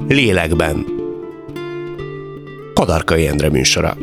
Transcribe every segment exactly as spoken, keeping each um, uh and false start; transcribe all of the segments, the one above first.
Lélekben. Kadarkai Endre műsora.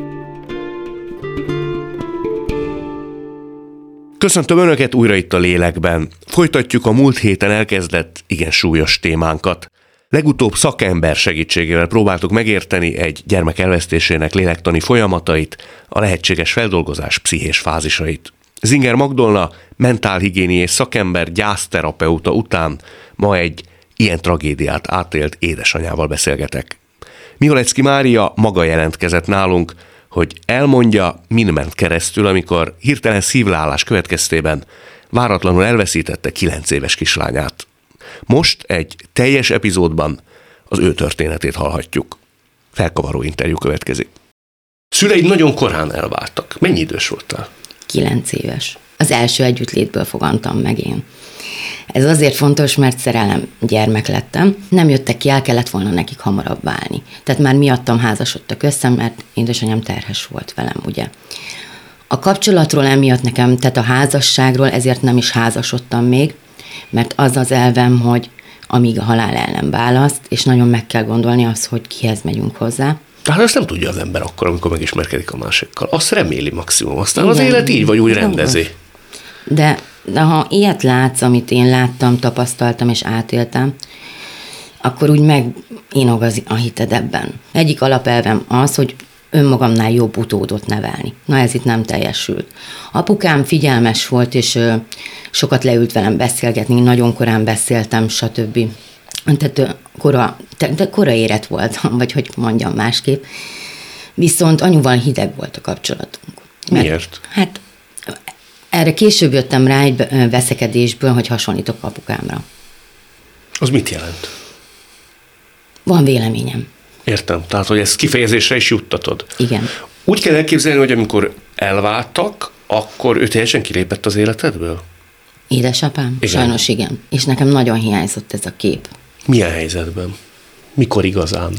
Köszöntöm Önöket újra itt a Lélekben. Folytatjuk a múlt héten elkezdett igen súlyos témánkat. Legutóbb szakember segítségével próbáltuk megérteni egy gyermek elvesztésének lélektani folyamatait, a lehetséges feldolgozás pszichés fázisait. Zinger Magdolna, mentálhigiéniés szakember, gyászterapeuta után ma egy ilyen tragédiát átélt édesanyával beszélgetek. Mihalecki Mária maga jelentkezett nálunk, hogy elmondja, min ment keresztül, amikor hirtelen szívleállás következtében váratlanul elveszítette kilenc éves kislányát. Most egy teljes epizódban az ő történetét hallhatjuk. Felkavaró interjú következik. Szüleid nagyon korán elváltak. Mennyi idős voltál? Kilenc éves. Az első együttlétből fogantam meg én. Ez azért fontos, mert szerelem gyermek lettem. Nem jöttek ki, el kellett volna nekik hamarabb válni. Tehát már miattam házasodtak össze, mert édesanyám terhes volt velem, ugye. A kapcsolatról emiatt nekem, tehát a házasságról ezért nem is házasodtam még, mert az az elvem, hogy amíg a halál el nem választ, és nagyon meg kell gondolni azt, hogy kihez megyünk hozzá. Tehát ezt nem tudja az ember akkor, amikor megismerkedik a másikkal. Azt reméli maximum, aztán igen, az élet így vagy úgy rendezi. De, de ha ilyet látsz, amit én láttam, tapasztaltam és átéltem, akkor úgy meginog a hited ebben. Egyik alapelvem az, hogy önmagamnál jobb utódot nevelni. Na ez itt nem teljesült. Apukám figyelmes volt, és ö, sokat leült velem beszélgetni, nagyon korán beszéltem, stb. Tehát kora, te, kora érett voltam, vagy hogy mondjam másképp. Viszont anyuval hideg volt a kapcsolatunk. Mert, Miért? Hát erre később jöttem rá egy veszekedésből, hogy hasonlítok apukámra. Az mit jelent? Van véleményem. Értem, tehát hogy ezt kifejezésre is juttatod. Igen. Úgy kell elképzelni, hogy amikor elváltak, akkor ő teljesen kilépett az életedből? Édesapám? Igen. Sajnos igen. És nekem nagyon hiányzott ez a kép. Milyen helyzetben? Mikor igazán?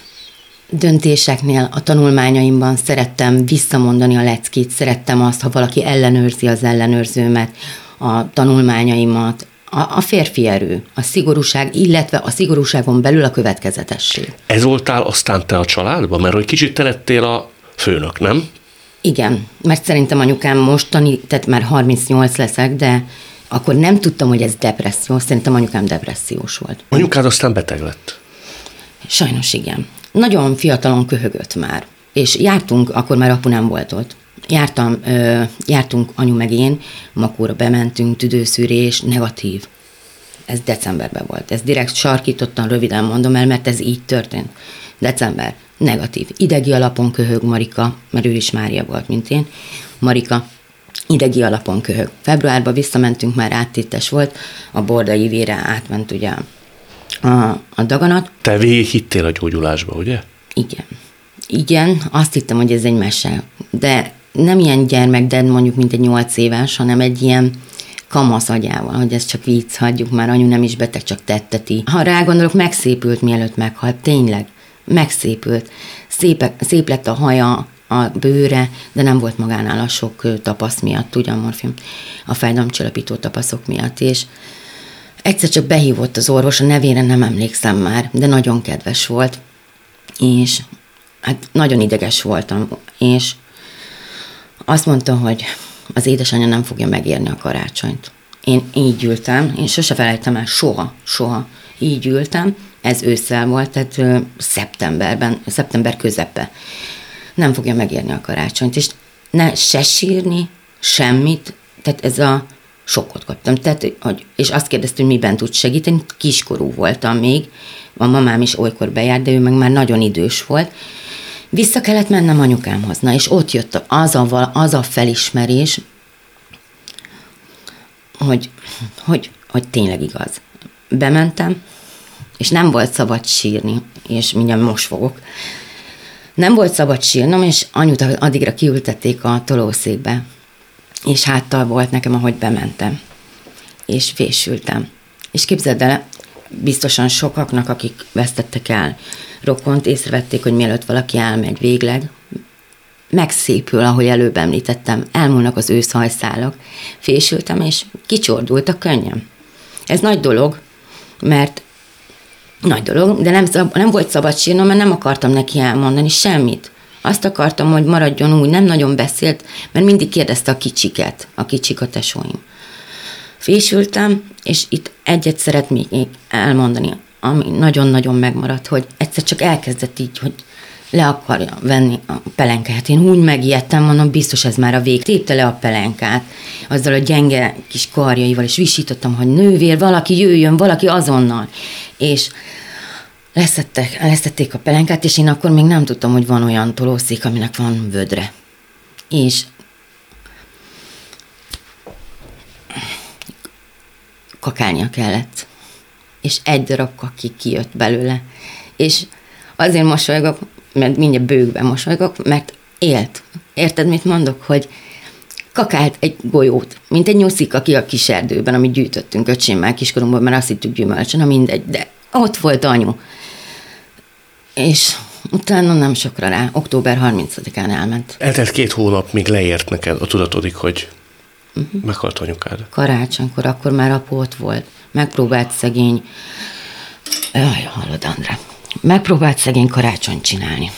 Döntéseknél, a tanulmányaimban szerettem visszamondani a leckét, szerettem azt, ha valaki ellenőrzi az ellenőrzőmet, a tanulmányaimat, a, a férfi erő, a szigorúság, illetve a szigorúságon belül a következetesség. Ez voltál aztán te a családban? Mert hogy kicsit te lettél a főnök, nem? Igen, mert szerintem anyukám mostani, tehát már harmincnyolc leszek, de akkor nem tudtam, hogy ez depresszió, szerintem anyukám depressziós volt. Anyukád aztán beteg lett? Sajnos igen. Nagyon fiatalon köhögött már, és jártunk, akkor már apu nem volt ott. Jártam, ö, jártunk anyu meg én, Makóra bementünk, tüdőszűrés, negatív. Ez decemberben volt. Ez direkt sarkítottan, röviden mondom el, mert ez így történt. December, negatív. Idegi alapon köhög Marika, mert ő is Mária volt, mint én. Marika, idegi alapon köhög. Februárban visszamentünk, már áttétes volt, a bordai vére átment ugye a, a daganat. Te végig hittél a gyógyulásba, ugye? Igen. Igen, azt hittem, hogy ez egy mese. De nem ilyen gyermek, de mondjuk mint egy nyolc éves, hanem egy ilyen kamasz agyával, hogy ez csak vicc, hagyjuk már, anyu nem is beteg, csak tetteti. Ha rágondolok, megszépült, mielőtt meghalt. Tényleg, megszépült. Szép, szép lett a haja, a bőre, de nem volt magánál a sok tapasz miatt, ugye a morfium, a fájdalomcsillapító tapaszok miatt, és egyszer csak behívott az orvos, a nevére nem emlékszem már, de nagyon kedves volt, és hát nagyon ideges voltam, és azt mondta, hogy az édesanyja nem fogja megérni a karácsonyt. Én így ültem, én sose felejtem el, soha, soha így ültem, ez ősszel volt, tehát ö, szeptemberben, szeptember közepe. Nem fogja megérni a karácsonyt, és ne se sírni, semmit, tehát ez a sokkot kaptam. Tehát, hogy, és azt kérdezte, hogy miben tud segíteni, kiskorú voltam még, a mamám is olykor bejárt, de ő meg már nagyon idős volt. Vissza kellett mennem anyukámhoz, na, és ott jött az a, az a felismerés, hogy, hogy, hogy tényleg igaz. Bementem, és nem volt szabad sírni, és mindjárt most fogok. Nem volt szabad sírnom, és anyut addigra kiültették a tolószékbe, és háttal volt nekem, ahogy bementem, és vésültem. És képzeld el, biztosan sokaknak, akik vesztettek el rokont, észrevették, hogy mielőtt valaki elmegy végleg, megszépül, ahogy előbb említettem, elmúlnak az őszhajszálak. Fésültem, és kicsordult a könnyem. Ez nagy dolog, mert Nagy dolog, de nem, szab, nem volt szabad sírnom, mert nem akartam neki elmondani semmit. Azt akartam, hogy maradjon úgy, nem nagyon beszélt, mert mindig kérdezte a kicsiket, a kicsik a tesóim. Fésültem, és itt egyet szeretnék még elmondani, ami nagyon-nagyon megmaradt, hogy egyszer csak elkezdett így, hogy le akarja venni a pelenkát. Én úgy megijedtem, mondom, biztos ez már a vég. Tépte le a pelenkát, azzal a gyenge kis karjaival, és visítottam, hogy nővér, valaki jöjjön, valaki azonnal. És leszettek, leszették a pelenkát, és én akkor még nem tudtam, hogy van olyan tolószék, aminek van vödre. És kakálnia kellett. És egy darab kaki kijött belőle. És azért mosolygok, mert mindjárt bőgben mosolygok, mert élt. Érted, mit mondok? Hogy kakált egy golyót, mint egy nyuszik, aki a kis erdőben, amit gyűjtöttünk öcsémmel kiskorunkban, mert azt hittük gyümölcsön, mindegy, de ott volt anyu. És utána nem sokra rá, október harmincadikán elment. Eltelt két hónap, míg leért neked a tudatodik, hogy uh-huh. meghalt anyukád. Karácsonykor, akkor már apu ott volt. Megpróbált szegény... Jaj, hallod, Andrá. Megpróbált szegény karácsonyt csinálni.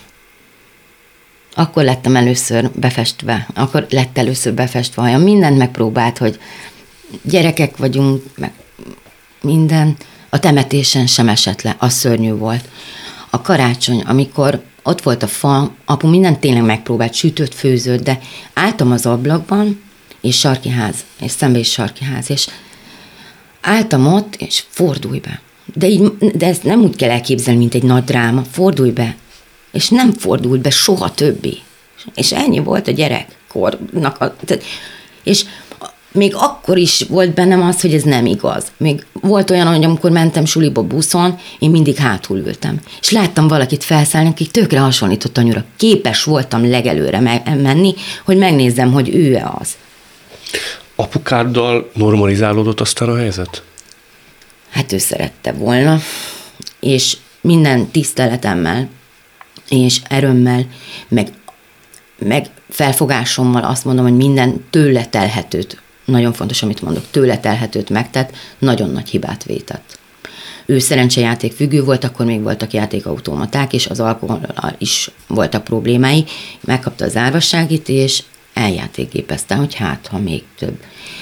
Akkor lettem először befestve, akkor lett először befestve hajam. Mindent megpróbált, hogy gyerekek vagyunk, meg minden. A temetésen sem esett le, az szörnyű volt. A karácsony, amikor ott volt a fa, apu mindent tényleg megpróbált, sütött, főzött, de álltam az ablakban, és sarki ház, és szembe is sarki ház, és álltam ott, és fordulj be. De, így, de ezt nem úgy kell elképzelni, mint egy nagy dráma. Fordulj be. És nem fordult be soha többé. És ennyi volt a gyerekkornak. A, és még akkor is volt bennem az, hogy ez nem igaz. Még volt olyan, hogy amikor mentem suliba buszon, én mindig hátul ültem. És láttam valakit felszállni, aki tökre hasonlított anyura. Képes voltam legelőre menni, hogy megnézzem, hogy ő-e az. Apukáddal normalizálódott aztán a helyzet? Hát ő szerette volna, és minden tiszteletemmel, és erőmmel, meg, meg felfogásommal azt mondom, hogy minden tőle telhetőt, nagyon fontos, amit mondok, tőle telhetőt megtett, nagyon nagy hibát vétett. Ő szerencsejáték függő volt, akkor még voltak játékautomaták, és az alkohollal is voltak problémái. Megkapta az árvasságit, és eljátékgépezte, hogy hát, ha még több.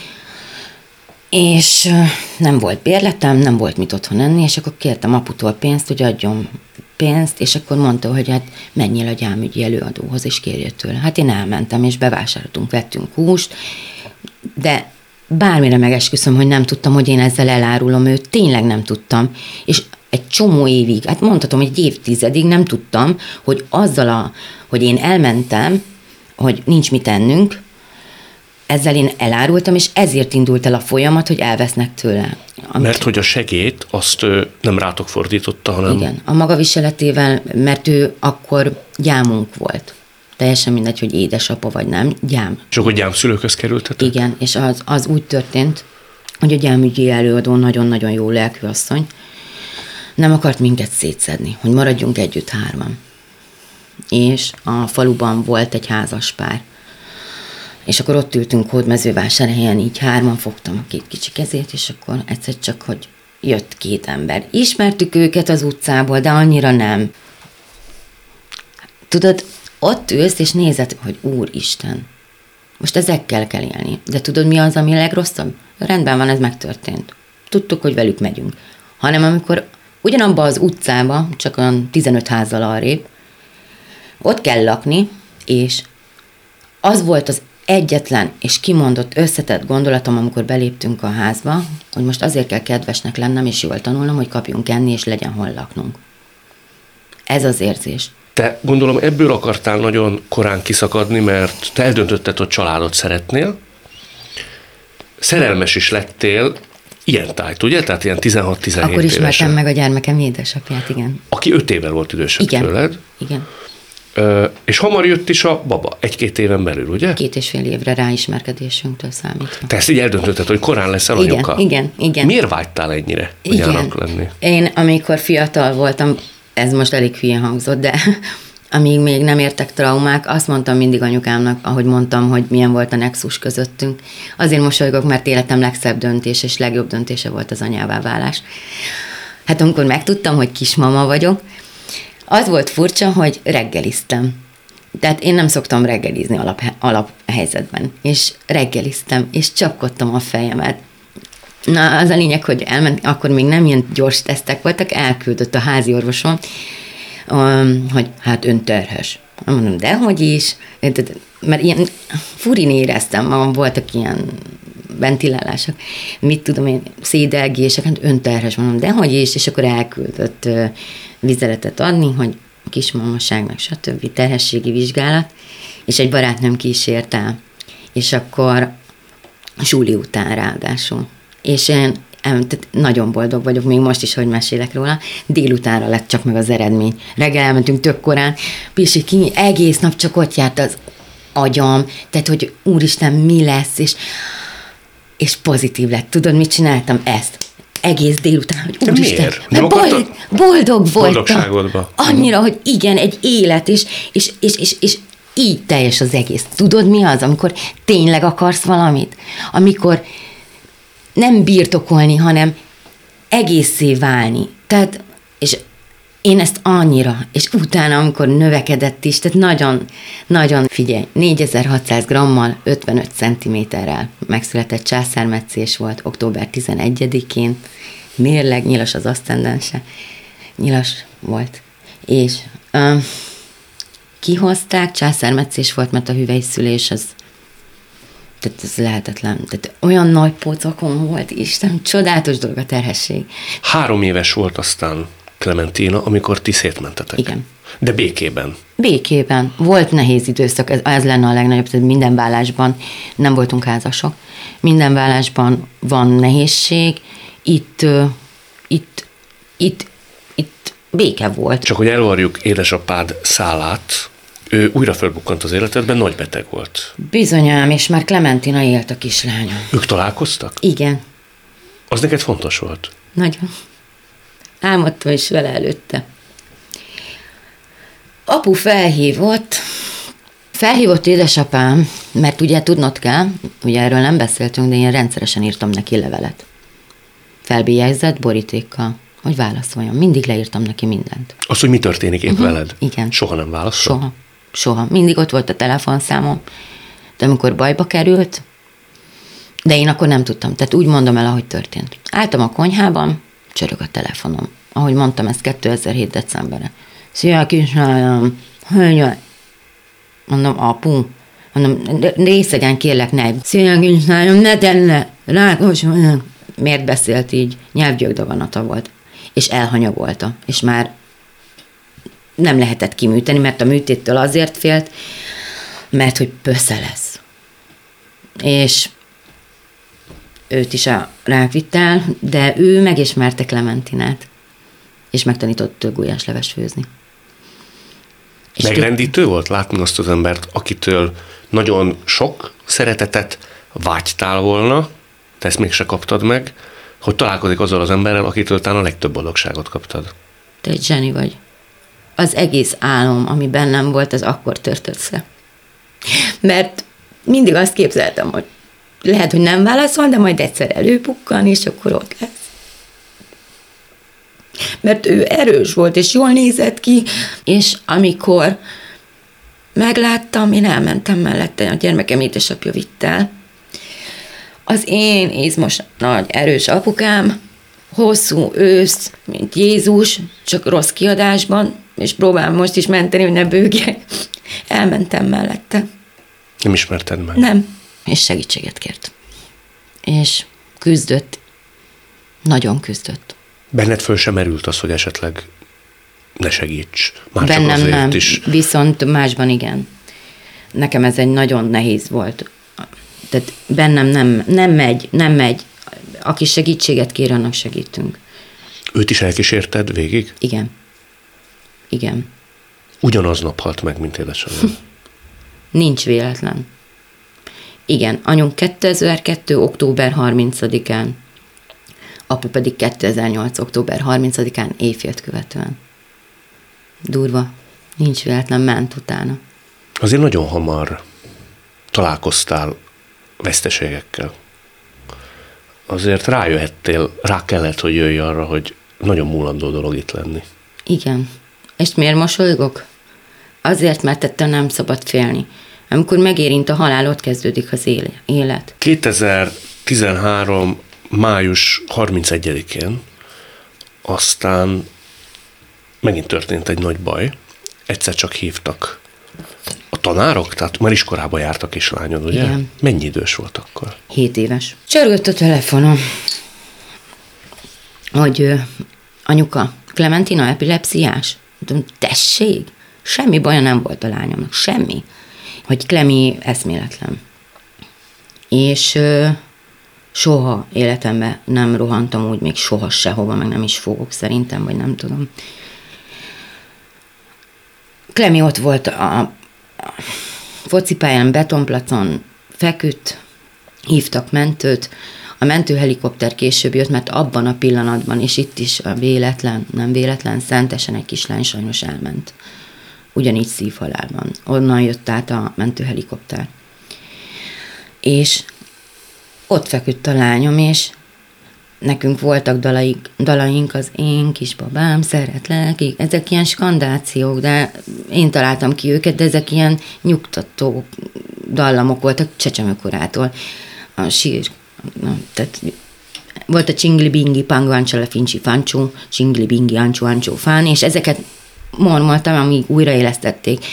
És nem volt bérletem, nem volt mit otthon enni, és akkor kértem aputól pénzt, hogy adjon pénzt, és akkor mondta, hogy hát menjél a gyámügyi előadóhoz, és kérjél tőle. Hát én elmentem, és bevásároltunk, vettünk húst, de bármire megesküszöm, hogy nem tudtam, hogy én ezzel elárulom őt, tényleg nem tudtam, és egy csomó évig, hát mondhatom, egy évtizedig nem tudtam, hogy azzal, a, hogy én elmentem, hogy nincs mit ennünk, ezzel én elárultam, és ezért indult el a folyamat, hogy elvesznek tőle. Amit... Mert hogy a segélyt azt nem rátok fordította, hanem... Igen, a maga viseletével, mert ő akkor gyámunk volt. Teljesen mindegy, hogy édesapa vagy nem, gyám. És akkor gyámszülőkhöz kerültetek? Igen, és az, az úgy történt, hogy a gyámügyi előadó nagyon-nagyon jó lelkű asszony nem akart minket szétszedni, hogy maradjunk együtt hárman. És a faluban volt egy házas pár. És akkor ott ültünk Hódmezővásárhelyen, így hárman fogtam a két kicsi kezét, és akkor egyszer csak, hogy jött két ember. Ismertük őket az utcából, de annyira nem. Tudod, ott ülsz, és nézed, hogy Úristen, most ezekkel kell élni. De tudod, mi az, ami a legrosszabb? Rendben van, ez megtörtént. Tudtuk, hogy velük megyünk. Hanem amikor ugyanabba az utcába, csak olyan tizenöt házzal arrébb, ott kell lakni, és az volt az egyetlen és kimondott összetett gondolatom, amikor beléptünk a házba, hogy most azért kell kedvesnek lennem és jól tanulnom, hogy kapjunk enni, és legyen hol laknunk. Ez az érzés. Te gondolom ebből akartál nagyon korán kiszakadni, mert te eldöntötted, hogy családot szeretnél, szerelmes is lettél, ilyen tájt, ugye? Tehát ilyen tizenhat-tizenhét Akkor ismertem évesen. meg a gyermekem édesapját, igen. Aki öt évvel volt idősebb igen. tőled. Igen. Ö, és hamar jött is a baba, egy-két éven belül, ugye? Két és fél évre ráismerkedésünktől számítva. Te ezt így eldöntötted, hogy korán leszel igen, anyuka. Igen, igen. Miért vágytál ennyire anyának lenni? Én, amikor fiatal voltam, ez most elég hülye hangzott, de amíg még nem értek traumák, azt mondtam mindig anyukámnak, ahogy mondtam, hogy milyen volt a nexus közöttünk. Azért mosolygok, mert életem legszebb döntés és legjobb döntése volt az anyává válás. Hát amikor megtudtam, hogy kismama vagyok, az volt furcsa, hogy reggeliztem. Tehát én nem szoktam reggelizni alap, alaphelyzetben. És reggeliztem, és csapkodtam a fejemet. Na, az a lényeg, hogy elment, akkor még nem ilyen gyors tesztek voltak, elküldött a házi orvosom, hogy hát ön terhes. Mondom, dehogy is, mert ilyen furin éreztem magam, voltak ilyen ventilálások, mit tudom én, szédelgések, hát ön terhes, mondom, dehogy is, és akkor elküldött vizeletet adni, hogy kismamaság, meg stb. Terhességi vizsgálat, és egy barátnőm kísért el, és akkor zsúli után ráadásul. És én tehát nagyon boldog vagyok, még most is, hogy mesélek róla. Délutánra lett csak meg az eredmény. Reggel elmentünk tök korán, Pisi ki, egész nap csak ott járt az agyam, tehát, hogy úristen, mi lesz, és, és pozitív lett. Tudod, mit csináltam? Ezt. Egész délután, hogy úristen, Nem boldog, boldog voltam. Boldogságodba. Annyira, hogy igen, egy élet, és, és, és, és, és így teljes az egész. Tudod, mi az, amikor tényleg akarsz valamit? Amikor nem birtokolni, hanem egészé válni. Tehát, és én ezt annyira, és utána, amikor növekedett is, tehát nagyon, nagyon, figyelj, négyezer-hatszáz grammal, ötvenöt centiméterrel megszületett császármetszés volt október tizenegyedikén, mérleg, nyilas az aszcendense, nyilas volt, és um, kihozták, császármetszés volt, mert a hüvelyszülés az tehát ez lehetetlen. Tehát olyan nagy pocakon volt, Isten, csodálatos dolog a terhesség. Három éves volt aztán Klementina, amikor ti szétmentetek. Igen. De békében. Békében. Volt nehéz időszak, ez, ez lenne a legnagyobb, tehát minden vállásban nem voltunk házasok. Minden vállásban van nehézség, itt, uh, itt, itt, itt béke volt. Csak hogy elvarjuk édesapád szálát, ő újra fölbukkant az életedben, nagy beteg volt. Bizonyám, és már Klementina élt a kislánya. Ők találkoztak? Igen. Az neked fontos volt? Nagyon. Álmodtam is vele előtte. Apu felhívott, felhívott édesapám, mert ugye tudnod kell, ugye erről nem beszéltünk, de én rendszeresen írtam neki levelet. Felbélyegzett borítékkal, hogy válaszoljon. Mindig leírtam neki mindent. Az, hogy mi történik épp uh-huh. veled? Igen. Soha nem válaszol? Soha. Soha. Mindig ott volt a telefonszámom, de amikor bajba került, de én akkor nem tudtam. Tehát úgy mondom el, ahogy történt. Álltam a konyhában, csörög a telefonom. Ahogy mondtam, ez kétezer-hét decemberre. Szia, kislányom, hölgyem. Mondom, apu. Mondom, részegen kérlek, ne. Szia, kislányom, ne tenne. Rákos vagyok. Miért beszélt így? Nyelvgyökdaganata volt. És elhanyagolta. És már nem lehetett kiműteni, mert a műtéttől azért félt, mert hogy pösze lesz. És őt is a rák vitt el, de ő megismerte Klementinát, és megtanított gulyásleves főzni. És megrendítő tő... volt látni azt az embert, akitől nagyon sok szeretetet vágytál volna, te ezt mégse kaptad meg, hogy találkozik azzal az emberrel, akitől talán a legtöbb boldogságot kaptad. Te egy zseni vagy. Az egész álom, ami bennem volt, az akkor tört össze. Mert mindig azt képzeltem, hogy lehet, hogy nem válaszol, de majd egyszer előpukkan, és akkor ott lesz. Mert ő erős volt, és jól nézett ki, és amikor megláttam, én elmentem mellette, a gyermekem édesapja vitt el. Az én izmos, nagy, erős apukám, hosszú ősz, mint Jézus, csak rossz kiadásban, és próbálom most is menteni, hogy ne bőgjek. Elmentem mellette. Nem ismerted meg? Nem. És segítséget kért. És küzdött. Nagyon küzdött. Benned föl sem merült az, hogy esetleg ne segíts. Már Bennem csak azért nem, is. Viszont másban igen. Nekem ez egy nagyon nehéz volt. Tehát bennem nem, nem megy, nem megy. Aki segítséget kér, annak segítünk. Őt is elkísérted végig? Igen. Igen. Ugyanaz nap halt meg, mint édesanyja. Nincs véletlen. Igen, anyunk kétezer-kettő. október harmincadikán, apu pedig kétezer-nyolc. október harmincadikán éjfélt követően. Durva. Nincs véletlen, ment utána. Azért nagyon hamar találkoztál veszteségekkel. Azért rájöhettél, rá kellett, hogy jöjj arra, hogy nagyon múlandó dolog itt lenni. Igen. És miért mosolygok? Azért, mert ettől nem szabad félni. Amikor megérint a halál, ott kezdődik az élet. kétezer-tizenhárom. május harmincegyedikén aztán megint történt egy nagy baj. Egyszer csak hívtak a tanárok, tehát már iskolába járt a kislányod, ugye? Igen. Mennyi idős volt akkor? Hét éves. Csörgött a telefonom, hogy ö, anyuka, Klementina epilepsziás? Mondom, tessék, semmi baja nem volt a lányomnak, semmi. Hogy Klemi eszméletlen. És ö, soha életemben nem rohantam úgy, még soha sehova, meg nem is fogok szerintem, vagy nem tudom. Klemi ott volt a, a focipályán, betonplacon, feküdt, hívtak mentőt, a mentőhelikopter később jött, mert abban a pillanatban, és itt is a véletlen, nem véletlen, szentesen egy kislány sajnos elment. Ugyanígy szívhalálban. Onnan jött át a mentőhelikopter. És ott feküdt a lányom, és nekünk voltak dalaink, dalaink, az én kis babám, szeretlek, ezek ilyen skandációk, de én találtam ki őket, de ezek ilyen nyugtató dallamok voltak csecsemőkorától. A sír, na, tehát volt a csingli bingi pangu ancsala finci fancsú, csingli bingi ancsú ancsó fán, és ezeket mormoltam, amíg újraélesztették.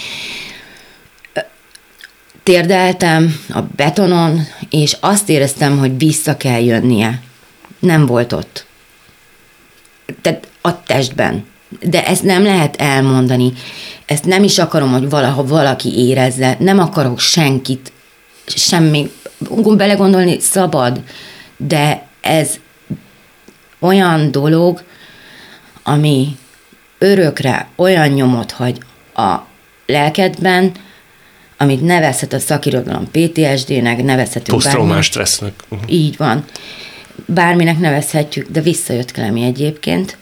Térdeltem a betonon, és azt éreztem, hogy vissza kell jönnie. Nem volt ott. Tehát a testben. De ezt nem lehet elmondani. Ezt nem is akarom, hogy valaha valaki érezze. Nem akarok senkit, semmi, belegondolni szabad, de ez olyan dolog, ami örökre olyan nyomot hagy a lelkedben, amit nevezhet a szakirodalom pé té es dé-nek, nevezhetünk posztraumás stressznek. Uh-huh. Így van. Bárminek nevezhetjük, de visszajött Klemi egyébként.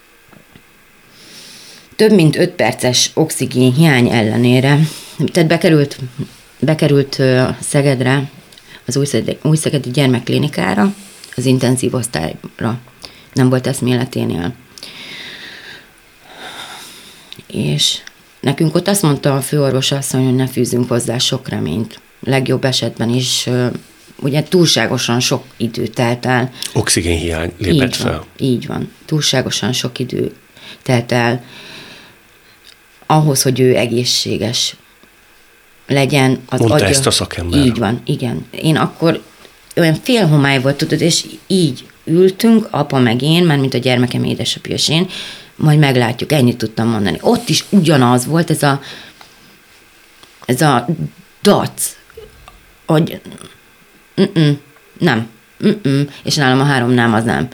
Több mint öt perces oxigén hiány ellenére, tehát bekerült, bekerült Szegedre, az Újszegedi, Újszegedi gyermekklinikára, az intenzív osztályra. Nem volt eszméleténél. És nekünk ott azt mondta a főorvos asszony, hogy ne fűzünk hozzá sok reményt. Legjobb esetben is, ugye túlságosan sok idő telt el. Oxigénhiány lépett így fel. Van, így van. Túlságosan sok idő telt el ahhoz, hogy ő egészséges legyen. Az Mondta agya. ezt a szakember. Így van, igen. Én akkor olyan félhomály volt, tudod, és így ültünk, apa meg én, mert mint a gyermekem édesapja és én, majd meglátjuk, ennyit tudtam mondani. Ott is ugyanaz volt ez a ez a dac, hogy mm-mm, nem, mm-mm, és nálam a három nem, az nem.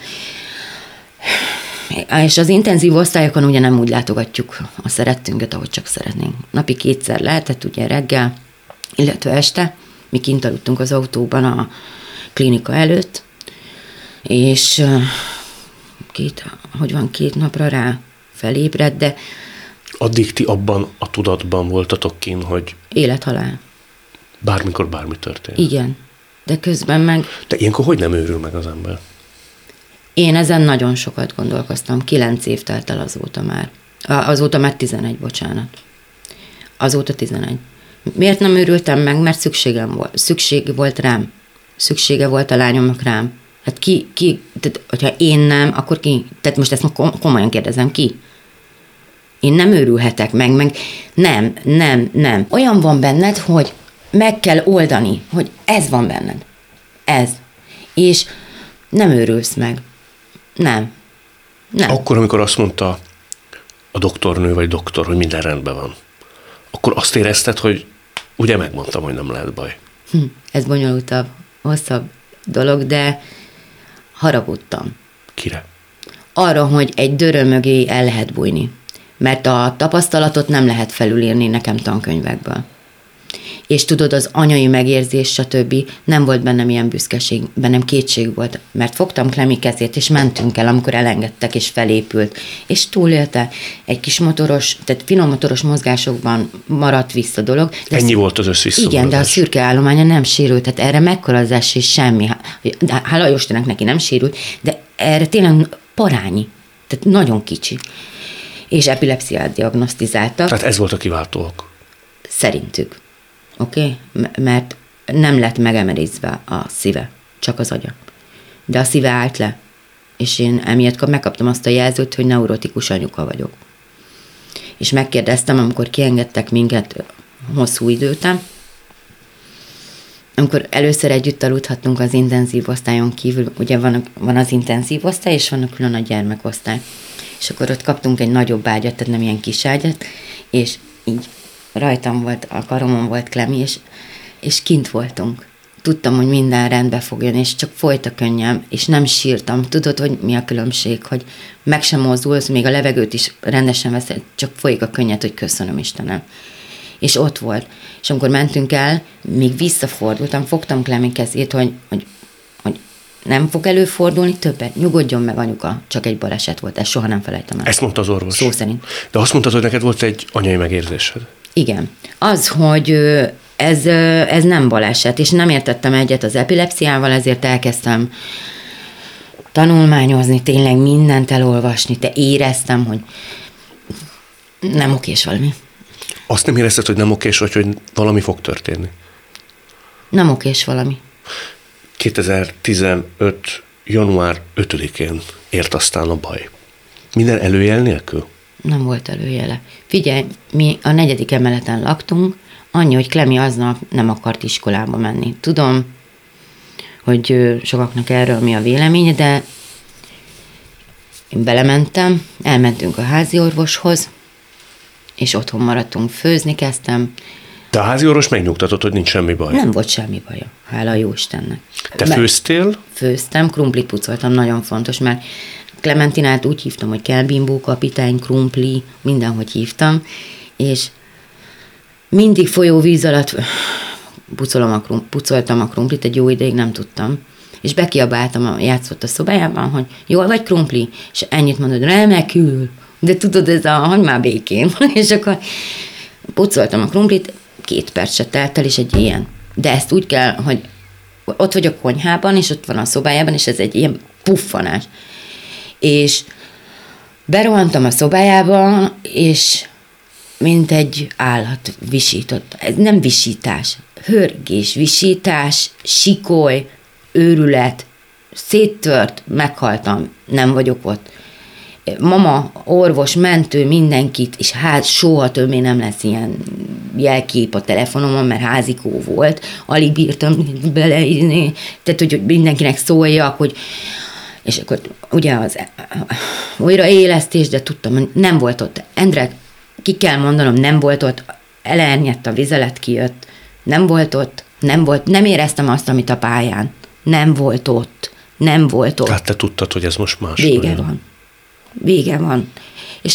És az intenzív osztályokon ugye nem úgy látogatjuk a szerettünket, ahogy csak szeretnénk. Napi kétszer lehetett, ugye reggel, illetve este, mi kint aludtunk az autóban a klinika előtt, és két, hogy van, két napra rá felébredt, de addig ti abban a tudatban voltatok kint, hogy élet-halál. Bármikor bármi történt. Igen, de közben meg... De ilyenkor hogy nem őrül meg az ember? Én ezen nagyon sokat gondolkoztam. Kilenc év telt el azóta már. Azóta már tizenegy, bocsánat. Azóta tizenegy. Miért nem őrültem meg? Mert szükségem volt. Szükség volt rám. Szüksége volt a lányomnak rám. Hát ki, ki, tehát, hogyha én nem, akkor ki? Tehát most ezt komolyan kérdezem, ki? Én nem őrülhetek meg, meg nem, nem, nem. Olyan van benned, hogy meg kell oldani, hogy ez van benned. Ez. És nem őrülsz meg. Nem. Nem. Akkor, amikor azt mondta a doktornő vagy doktor, hogy minden rendben van, akkor azt érezted, hogy ugye megmondtam, hogy nem lehet baj. Hm, ez bonyolultabb, hosszabb dolog, de haragudtam. Kire? Arra, hogy egy dörö mögé el lehet bújni. Mert a tapasztalatot nem lehet felülírni nekem tankönyvekből. És tudod, az anyai megérzés, stb. Nem volt bennem ilyen büszkeség, bennem kétség volt, mert fogtam Klemi kezét, és mentünk el, amikor elengedtek, és felépült, és túlélte. Egy kis motoros, tehát finom motoros mozgásokban maradt vissza dolog. De Ennyi az, volt az összvisszamozás. Igen, de a szürke állománya nem sérült, tehát erre mekkora az esély, semmi. De hála Istennek neki nem sérült, de erre tényleg parányi. Tehát nagyon kicsi. És epilepsziát diagnosztizáltak. Tehát ez volt a kiváltó ok. Szerintük. Oké? Okay? Mert nem lett megemelítve a szíve, csak az agya. De a szíve állt le. És én emiatt megkaptam azt a jelzőt, hogy neurotikus anyuka vagyok. És megkérdeztem, amikor kiengedtek minket hosszú idő után, amikor először együtt aludhattunk az intenzív osztályon kívül, ugye van, van az intenzív osztály, és van a külön a gyermekosztály. És akkor ott kaptunk egy nagyobb ágyat, tehát nem ilyen kis ágyat, és így rajtam volt, a karomon volt Klemi, és, és kint voltunk. Tudtam, hogy minden rendbe fog jönni, és csak folyt a könnyem, és nem sírtam. Tudod, hogy mi a különbség, hogy meg sem mozdulsz, még a levegőt is rendesen veszed, csak folyik a könnyed, hogy köszönöm Istenem. És ott volt. És amikor mentünk el, még visszafordultam, fogtam Klemi kezét, hogy, hogy, hogy nem fog előfordulni többet. Nyugodjon meg, anyuka, csak egy baleset volt, ezt soha nem felejtem el. Ezt mondta az orvos? Szó szerint. De azt mondtad, hogy neked volt egy anyai megérzésed? Igen. Az, hogy ez, ez nem baleset, és nem értettem egyet az epilepsziával, ezért elkezdtem tanulmányozni, tényleg mindent elolvasni, de éreztem, hogy nem okés valami. Azt nem érezted, hogy nem okés, vagy hogy valami fog történni? Nem okés valami. kétezer-tizenöt. január ötödikén ért aztán a baj. Minden előjel nélkül? Nem volt előjele. Figyelj, mi a negyedik emeleten laktunk, annyi, hogy Klemi aznap nem akart iskolába menni. Tudom, hogy sokaknak erről mi a véleménye, de én belementem, elmentünk a házi orvoshoz, és otthon maradtunk, főzni kezdtem. De a házi orvos megnyugtatott, hogy nincs semmi baj. Nem volt semmi baja, hála jó Istennek. Te Be- főztél? Főztem, krumplit pucoltam, nagyon fontos, mert Klementinát úgy hívtam, hogy Kelbimbó kapitány, krumpli, mindenhogy hívtam, és mindig folyó víz alatt pucolom a krum, pucoltam a krumplit, egy jó ideig nem tudtam, és bekiabáltam, a, játszott a szobájában, hogy jól vagy krumpli, és ennyit mondod, remekül, de tudod, ez a hagy már békén, és akkor pucoltam a krumplit, két perc se telt el, és egy ilyen. De ezt úgy kell, hogy ott vagy a konyhában, és ott van a szobájában, és ez egy ilyen puffanás. És berohantam a szobájába, és mint egy állat visított. Ez nem visítás, hörgés, visítás, sikoly, őrület, széttört, meghaltam, nem vagyok ott. Mama, orvos, mentő, mindenkit, és hát soha többé nem lesz ilyen jelkép a telefonomon, mert házikó volt, alig bírtam beleírni, tehát hogy mindenkinek szóljak, hogy és akkor ugye az újraélesztés, de tudtam, hogy nem volt ott. Endre, ki kell mondanom, nem volt ott, elernyett a vizelet, kijött, nem volt ott, nem volt, nem éreztem azt, amit a pályán. Nem volt ott, nem volt ott. Tehát te tudtad, hogy ez most más. Vége olyan. van. Vége van. És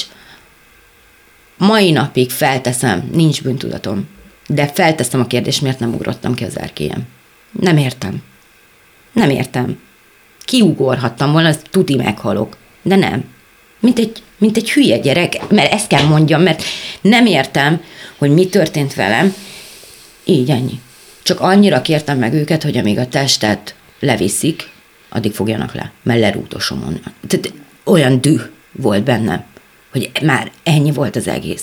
mai napig felteszem, nincs bűntudatom, de felteszem a kérdést, miért nem ugrottam ki az erkélyem. Nem értem. Nem értem. Kiugorhattam volna, az tuti meghalok. De nem. Mint egy, mint egy hülye gyerek, mert ezt kell mondjam, mert nem értem, hogy mi történt velem. Így ennyi. Csak annyira kértem meg őket, hogy amíg a testet leviszik, addig fogjanak le, mert lerútosom onnan. Tehát olyan düh volt bennem, hogy már ennyi volt az egész.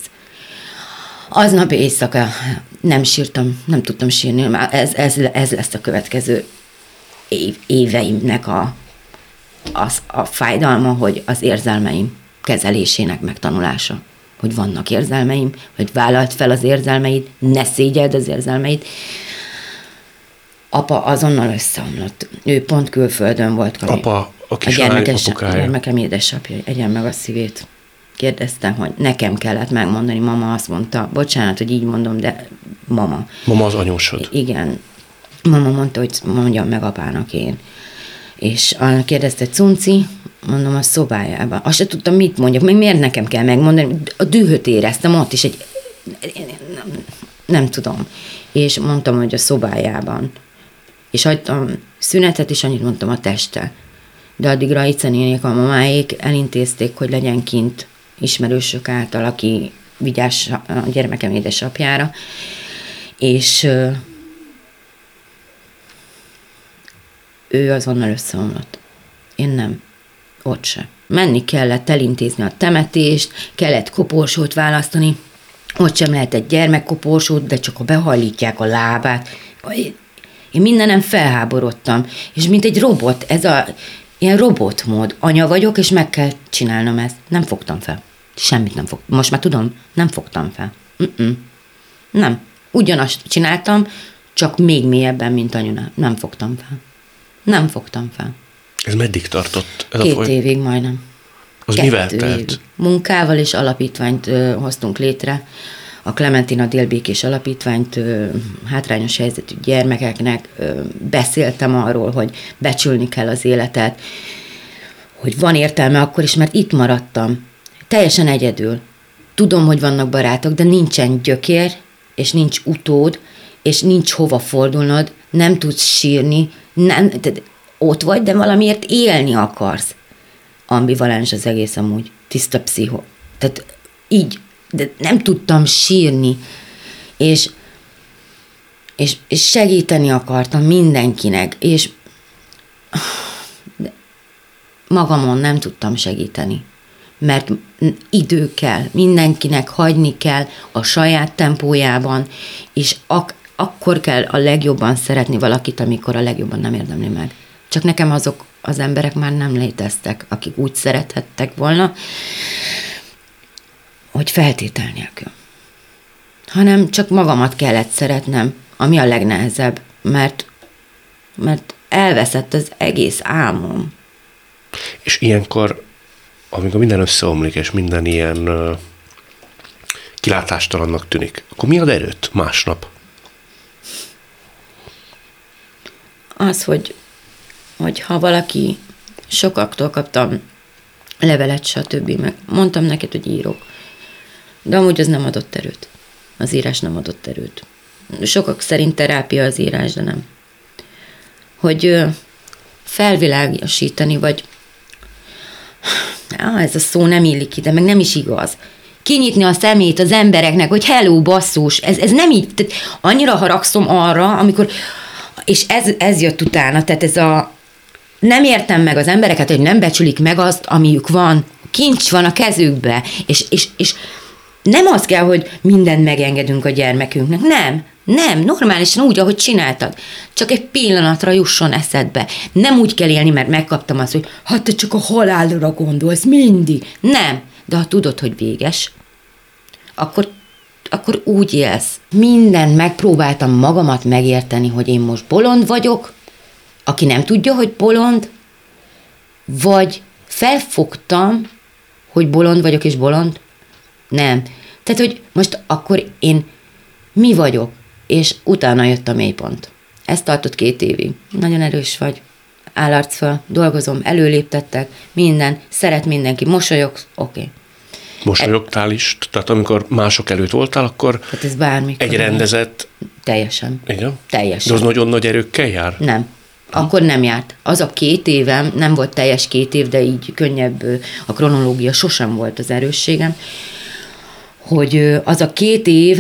Aznap éjszaka nem sírtam, nem tudtam sírni, már ez, ez, ez lesz a következő év, éveimnek a, az, a fájdalma, hogy az érzelmeim kezelésének megtanulása. Hogy vannak érzelmeim, hogy vállalt fel az érzelmeid, ne szégyeld az érzelmeid. Apa azonnal összeomlott. Ő pont külföldön volt. Apa, a kis a gyermekes, apukája. A gyermekem édesapja, egyen meg a szívét. Kérdeztem, hogy nekem kellett megmondani. Mama azt mondta, bocsánat, hogy így mondom, de mama. Mama az anyósod. Igen. Mama mondta, hogy mondjam meg apának én. És kérdezte, Cunci, mondom, a szobájában. Azt se tudtam, mit mondjak, meg miért nekem kell megmondani. A dühöt éreztem ott is, egy, nem, nem tudom. És mondtam, hogy a szobájában. És hagytam szünetet, és annyit mondtam a testtel. De addigra Ica nénék, a mamáék elintézték, hogy legyen kint ismerősök által, aki vigyáz a gyermekem édesapjára. És ő azonnal összeomlott. Én nem. Ott se. menni kellett elintézni a temetést, kellett koporsót választani, ott sem lehetett gyermekkoporsót, de csak ha behajlítják a lábát. Én mindenem felháborodtam, és mint egy robot, ez a ilyen robotmód. Anya vagyok, és meg kell csinálnom ezt. Nem fogtam fel. Semmit nem fogtam. Most már tudom, nem fogtam fel. Mm-mm. Nem. Ugyanazt csináltam, csak még mélyebben, mint anyuna. Nem fogtam fel. Nem fogtam fel. Ez meddig tartott? Ez Két a foly... évig majdnem. Az Kettő mivel telt? Évig. Munkával és alapítványt ö, hoztunk létre. A Klementina Délbékés Alapítványt ö, hátrányos helyzetű gyermekeknek ö, beszéltem arról, hogy becsülni kell az életet, hogy van értelme akkor is, mert itt maradtam. Teljesen egyedül. Tudom, hogy vannak barátok, de nincsen gyökér, és nincs utód, és nincs hova fordulnod, nem tudsz sírni, nem, ott vagy, de valamiért élni akarsz. Ambivalens az egész amúgy, tiszta pszicho. Tehát így, de nem tudtam sírni, és, és, és segíteni akartam mindenkinek, és magamon nem tudtam segíteni, mert idő kell, mindenkinek hagyni kell a saját tempójában, és ak- akkor kell a legjobban szeretni valakit, amikor a legjobban nem érdemli meg. Csak nekem azok az emberek már nem léteztek, akik úgy szerethettek volna, hogy feltétel nélkül. Hanem csak magamat kellett szeretnem, ami a legnehezebb, mert, mert elveszett az egész álmom. És ilyenkor, amikor minden összeomlik, és minden ilyen uh, kilátástalannak tűnik, akkor mi ad erőt másnap? Az, hogy, hogy ha valaki, sokaktól kaptam levelet, stb. Meg mondtam neked, hogy írok. De amúgy az nem adott erőt. Az írás nem adott erőt. Sokak szerint terápia az írás, de nem. Hogy ö, felvilágosítani, vagy ah, ez a szó nem illik ide, meg nem is igaz. Kinyitni a szemét az embereknek, hogy hello, basszus, ez, ez nem így, tehát annyira haragszom arra, amikor, és ez, ez jött utána, tehát ez a, nem értem meg az embereket, hogy nem becsülik meg azt, amiük van, kincs van a kezükbe, és, és, és nem az kell, hogy mindent megengedünk a gyermekünknek, nem, nem, normálisan úgy, ahogy csináltad. Csak egy pillanatra jusson eszedbe. Nem úgy kell élni, mert megkaptam azt, hogy hát te csak a halálra gondolsz mindig. Nem, de ha tudod, hogy véges, akkor, akkor úgy élsz. Mindent megpróbáltam magamat megérteni, hogy én most bolond vagyok, aki nem tudja, hogy bolond, vagy felfogtam, hogy bolond vagyok és bolond. Nem. Tehát, hogy most akkor én mi vagyok? És utána jött a mélypont. Ez tartott két évig. Nagyon erős vagy. Állarc föl, dolgozom, előléptettek, minden, szeret mindenki, mosolyogsz, oké. Okay. Mosolyogtál is? Tehát amikor mások előtt voltál, akkor hát ez bármikor. Egy rendezett... Teljesen. Igen? Teljesen. De az nagyon nagy erőkkel jár? Nem. Akkor nem járt. Az a két évem, nem volt teljes két év, de így könnyebb, a kronológia sosem volt az erősségem, hogy az a két év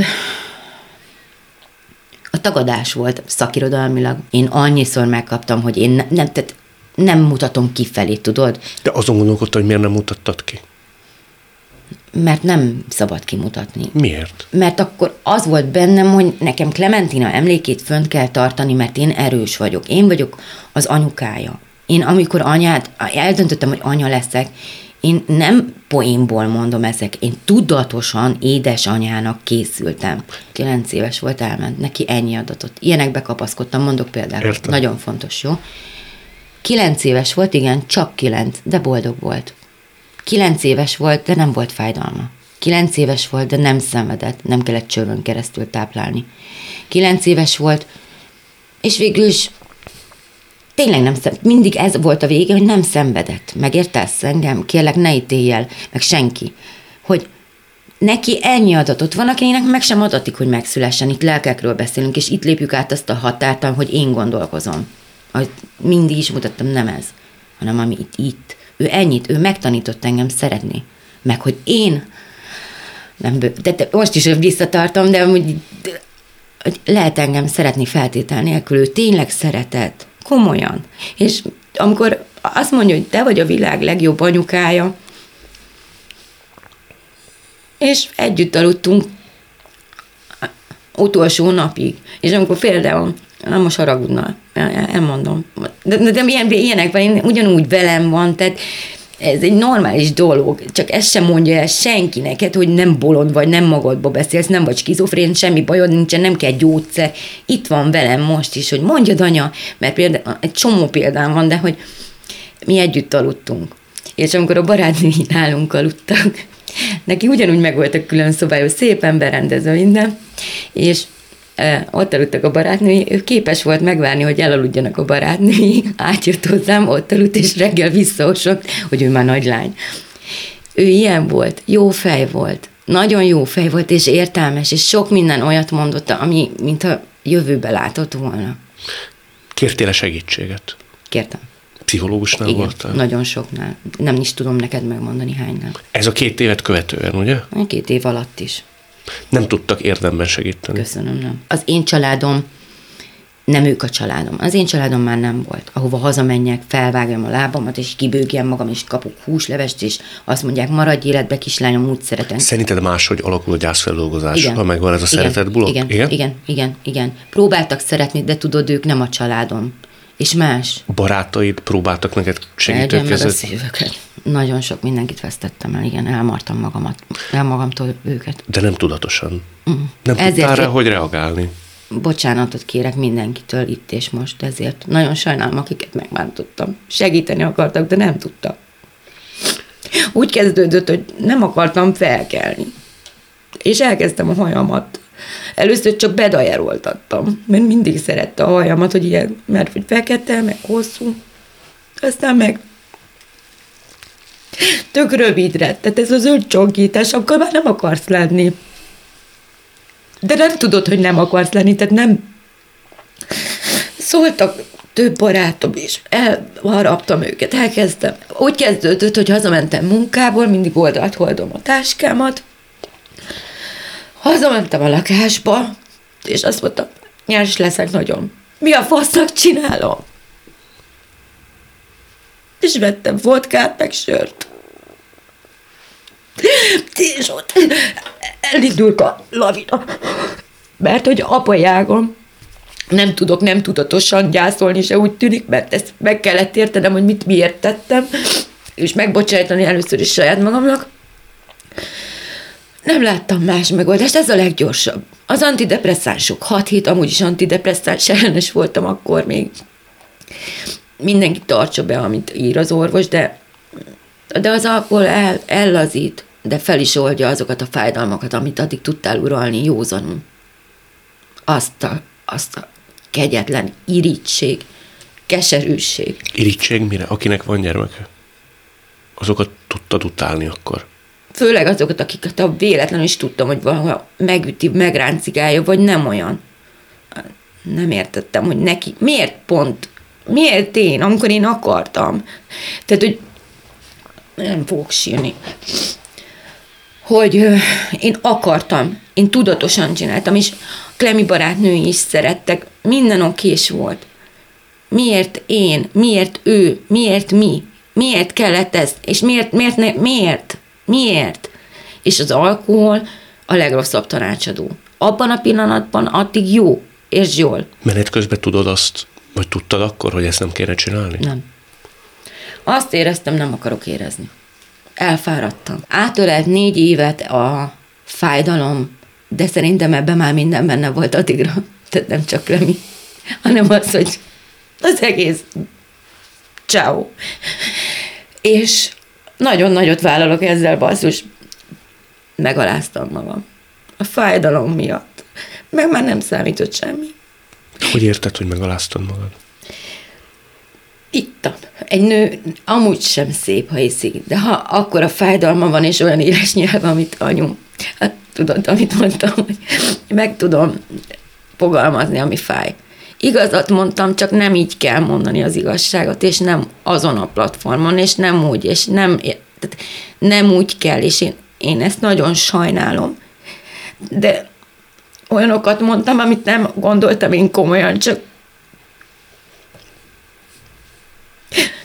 a tagadás volt szakirodalmilag. Én annyiszor megkaptam, hogy én ne, nem, tehát nem mutatom kifelé, tudod? De azon gondolkodtam, hogy miért nem mutattad ki? Mert nem szabad kimutatni. Miért? Mert akkor az volt bennem, hogy nekem Klementina emlékét fönt kell tartani, mert én erős vagyok. Én vagyok az anyukája. Én amikor anyát, eldöntöttem, hogy anya leszek, én nem poénból mondom ezek, én tudatosan édesanyának készültem. Kilenc éves volt, elment, neki ennyi adatot. Ilyenekbe kapaszkodtam, mondok például. Értem. Nagyon fontos, jó? Kilenc éves volt, igen, csak kilenc, de boldog volt. Kilenc éves volt, de nem volt fájdalma. Kilenc éves volt, de nem szenvedett, nem kellett csövön keresztül táplálni. Kilenc éves volt, és végül is tényleg nem szenvedett. Mindig ez volt a vége, hogy nem szenvedett. Megértesz engem? Kérlek, ne ítélj el, meg senki. Hogy neki ennyi adatot van, akinek meg sem adatik, hogy megszülessen. Itt lelkekről beszélünk, és itt lépjük át azt a határt, hogy én gondolkozom. Ahogy mindig is mutattam, nem ez, hanem ami itt, itt. Ő ennyit, ő megtanított engem szeretni. Meg, hogy én nem bő, de, de most is visszatartom, de amúgy hogy lehet engem szeretni feltétel nélkül, ő tényleg szeretett. Komolyan. És amikor azt mondja, hogy te vagy a világ legjobb anyukája, és együtt aludtunk utolsó napig. És amikor például, nem most haragudna, elmondom, de, de, de ilyen, ilyenek van, én ugyanúgy velem van, tehát ez egy normális dolog, csak ezt sem mondja el senki neked, hogy nem bolond vagy, nem magadba beszélsz, nem vagy skizofrén, semmi bajod nincsen, nem kell gyógyszer. Itt van velem most is, hogy mondjad, anya, mert például, egy csomó példám van, de hogy mi együtt aludtunk. És amikor a barátnői nálunk aludtak, neki ugyanúgy meg volt a külön szobája, szépen berendezve minden, és e, ott aludtak a barátnői, ő képes volt megvárni, hogy elaludjanak a barátnői, átjött hozzám, ott aludt, és reggel visszaosott, hogy ő már nagy lány. Ő ilyen volt, jó fej volt, nagyon jó fej volt, és értelmes, és sok minden olyat mondott, ami mintha jövőbe látott volna. Kértél-e segítséget? Kértem. Pszichológusnál Igen, voltál? Nagyon soknál. Nem is tudom neked megmondani hánynál. Ez a két évet követően, ugye? Két év alatt is. Nem tudtak érdemben segíteni. Köszönöm, nem. Az én családom, nem ők a családom. Az én családom már nem volt. Ahova hazamenjek, felvágjam a lábamat, és kibőgjem magam, és kapok húslevest, és azt mondják, maradj életbe, kislányom, úgy szeretem. Szerinted máshogy alakul a gyászfeldolgozás, Igen. ha megvan ez a szeretetblokk? Igen, igen, igen, igen, igen. Próbáltak szeretni, de tudod, ők nem a családom. És más. Barátaid próbáltak neked Egyen meg a segítőkezet? szívüket. Nagyon sok mindenkit vesztettem el, igen, elmartam magamat, el magamtól őket. De nem tudatosan. Mm. Nem Ezért tudtál rá, én- hogy reagálni? Bocsánatot kérek mindenkitől itt és most, ezért nagyon sajnálom, akiket megbántottam. Segíteni akartak, de nem tudtak. Úgy kezdődött, hogy nem akartam felkelni. És elkezdtem a hajamat. Először csak bedajeroltattam, mert mindig szerette a hajamat, hogy ilyen, mert hogy fekete, meg hosszú. Aztán meg tök rövidre. Tehát ez a zöld csonkítás, akkor már nem akarsz lenni. De nem tudod, hogy nem akarsz lenni, tehát nem... Szóltak több barátom is, elharaptam őket, elkezdtem. Úgy kezdődött, hogy hazamentem munkából, mindig oldalt holdom a táskámat, hazamentem a lakásba, és azt mondtam, nyers leszek nagyon. Mi a fasznak csinálom? És vettem vodkát, meg sört. És ott elindult a lavina. Mert hogy apajágon nem tudok nem tudatosan gyászolni, se úgy tűnik, mert ezt meg kellett értenem, hogy mit miért tettem, és megbocsájtani először is saját magamnak. Nem láttam más megoldást, ez a leggyorsabb. Az antidepresszánsok, hat hét, amúgy is antidepresszáns ellenes voltam akkor még. Mindenki tartsa be, amit ír az orvos, de, de az alkohol el, ellazít, de fel is oldja azokat a fájdalmakat, amit addig tudtál uralni józanul. Azt a, azt a kegyetlen irigység, keserűség. Irigység mire? Akinek van gyermeke? Azokat tudtad utálni akkor? Főleg azokat, akiket a véletlenül is tudtam, hogy valahol megüti, megráncigálja, vagy nem olyan. Nem értettem, hogy neki, miért pont, miért én, amikor én akartam. Tehát, hogy nem fogok sírni. Hogy ö, én akartam, én tudatosan csináltam, és Klemi barátnői is szerettek, minden okés volt. Miért én, miért ő, miért mi, miért kellett ez, és miért, miért, ne, miért, miért? És az alkohol a legrosszabb tanácsadó. Abban a pillanatban addig jó, és jól. Menet közben tudod azt, vagy tudtad akkor, hogy ezt nem kéne csinálni? Nem. Azt éreztem, nem akarok érezni. Elfáradtam. Átölelt négy évet a fájdalom, de szerintem ebben már minden benne volt addigra. Tehát nem csak Klemi, hanem az, hogy az egész ciao. És nagyon nagyot vállalok ezzel, basszus. Megaláztam magam. A fájdalom miatt. Meg már nem számított semmi. Hogy érted, hogy megaláztad magad? Ittam. Egy nő amúgy sem szép, ha iszik, de ha akkor a fájdalma van, és olyan éles nyelv, amit anyum, hát tudod, amit mondtam, hogy meg tudom fogalmazni, ami fáj. Igazat mondtam, csak nem így kell mondani az igazságot, és nem azon a platformon, és nem úgy, és nem, tehát nem úgy kell, és én, én ezt nagyon sajnálom. De olyanokat mondtam, amit nem gondoltam én komolyan, csak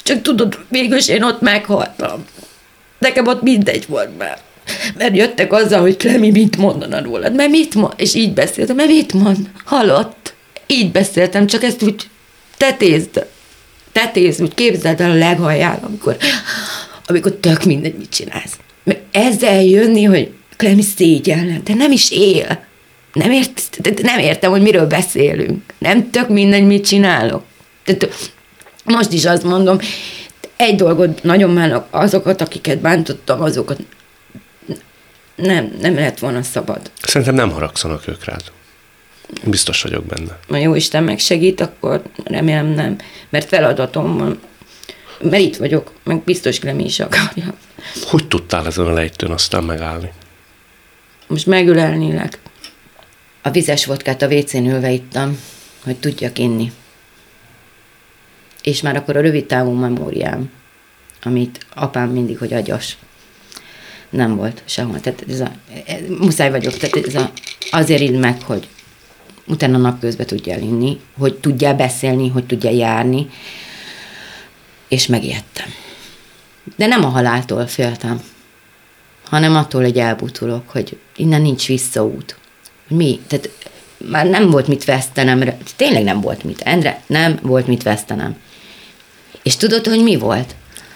Csak tudod, végül én ott meghaltam. Nekem ott mindegy volt már. Mert jöttek azzal, hogy Klemi, mit mondana rólad? Mert mit mond? És így beszéltem, mert mit mond? Halott. Így beszéltem, csak ezt úgy tetézd. Tetézd, úgy képzeld el a leghajján, amikor, amikor tök mindegy, mit csinálsz. Mert ezzel jönni, hogy Klemi szégyellem, de nem is él. Nem, ért, nem értem, hogy miről beszélünk. Nem tök mindegy, mit csinálok. Tehát most is azt mondom, egy dolgot nagyon bánok, azokat, akiket bántottam, azokat nem, nem lett volna szabad. Szerintem nem haragszanak ők rád. Biztos vagyok benne. Ha Jóisten megsegít, akkor remélem nem. Mert feladatom van. Mert itt vagyok, meg biztos Klemi is akarja. Hogy tudtál ezen a lejtőn aztán megállni? Most megölelnélek. A vizes vodkát a vécén ülve ittam, hogy tudjak inni. És már akkor a rövid távú memóriám, amit apám mindig, hogy agyas, nem volt sehol. Tehát ez a, ez, muszáj vagyok, tehát ez a, azért idd meg, hogy utána napközben tudjál inni, hogy tudjál beszélni, hogy tudjál járni, és megijedtem. De nem a haláltól féltem, hanem attól, hogy elbutulok, hogy innen nincs visszaút. Mi? Tehát már nem volt mit vesztenem, tényleg nem volt mit, Endre, nem volt mit vesztenem. És tudod, hogy mi volt?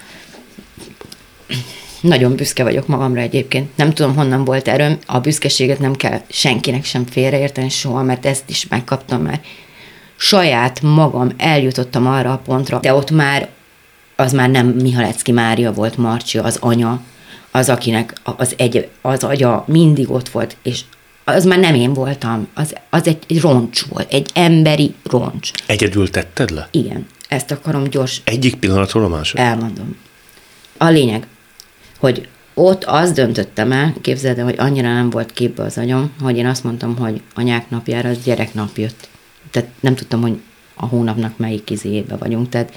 Nagyon büszke vagyok magamra egyébként. Nem tudom, honnan volt erőm. A büszkeséget nem kell senkinek sem félreérteni soha, mert ezt is megkaptam már. Saját magam eljutottam arra a pontra, de ott már az már nem Mihalecki Mária volt, Marcsi, az anya, az, akinek az, egy, az agya mindig ott volt, és az már nem én voltam, az, az egy, egy roncs volt, egy emberi roncs. Egyedül tetted le? Igen, ezt akarom gyors. Egyik pillanatról a másik? Elmondom. A lényeg, hogy ott azt döntöttem el, képzeld el, hogy annyira nem volt képbe az agyam, hogy én azt mondtam, hogy anyák napjára az gyereknap jött. Tehát nem tudtam, hogy a hónapnak melyik izébe vagyunk, tehát